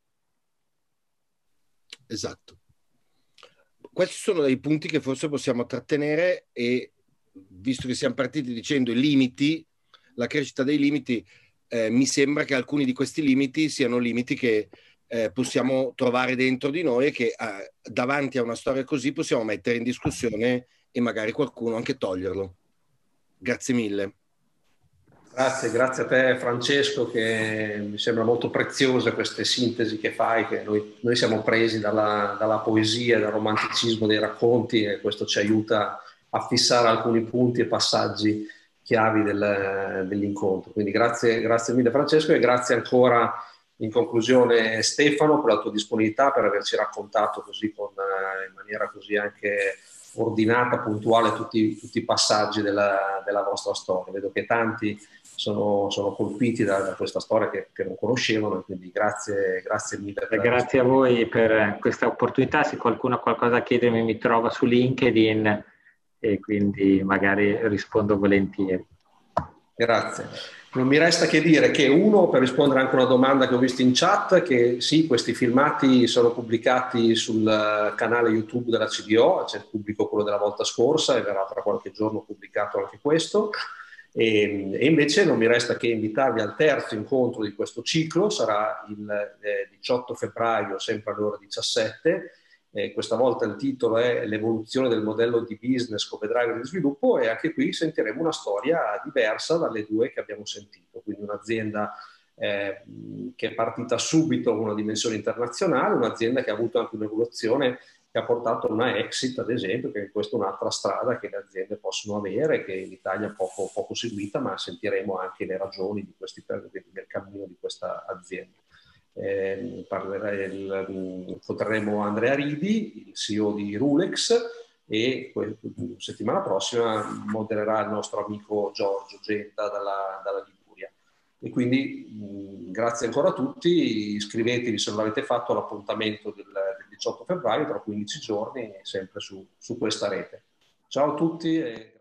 Esatto. Questi sono dei punti che forse possiamo trattenere, e visto che siamo partiti dicendo i limiti, la crescita dei limiti, mi sembra che alcuni di questi limiti siano limiti che possiamo trovare dentro di noi e che davanti a una storia così possiamo mettere in discussione e magari qualcuno anche toglierlo. Grazie mille. Grazie a te Francesco, che mi sembra molto preziose queste sintesi che fai, che noi siamo presi dalla poesia, dal romanticismo dei racconti, e questo ci aiuta a fissare alcuni punti e passaggi chiavi dell'incontro. Quindi grazie mille Francesco, e grazie ancora in conclusione Stefano per la tua disponibilità, per averci raccontato così in maniera così anche ordinata, puntuale, tutti i passaggi della vostra storia. Vedo che tanti sono colpiti da questa storia che non conoscevano, e quindi grazie mille. Grazie a voi per questa opportunità. Se qualcuno ha qualcosa da chiedermi mi trova su LinkedIn e quindi magari rispondo volentieri. Grazie. Non mi resta che dire che, uno, per rispondere anche a una domanda che ho visto in chat, che sì, questi filmati sono pubblicati sul canale YouTube della CDO, c'è il pubblico quello della volta scorsa e verrà tra qualche giorno pubblicato anche questo. E invece non mi resta che invitarvi al terzo incontro di questo ciclo, sarà il 18 febbraio, sempre alle ore 17. Questa volta il titolo è l'evoluzione del modello di business come driver di sviluppo, e anche qui sentiremo una storia diversa dalle due che abbiamo sentito. Quindi un'azienda che è partita subito con una dimensione internazionale, un'azienda che ha avuto anche un'evoluzione che ha portato a una exit, ad esempio, che questa è un'altra strada che le aziende possono avere, che in Italia è poco seguita, ma sentiremo anche le ragioni del cammino di questa azienda. Incontreremo Andrea Ridi, il CEO di Rulex, e settimana prossima modererà il nostro amico Giorgio Genta dalla Liguria. E quindi grazie ancora a tutti, iscrivetevi se non l'avete fatto all'appuntamento del 18 febbraio, tra 15 giorni, sempre su questa rete. Ciao a tutti.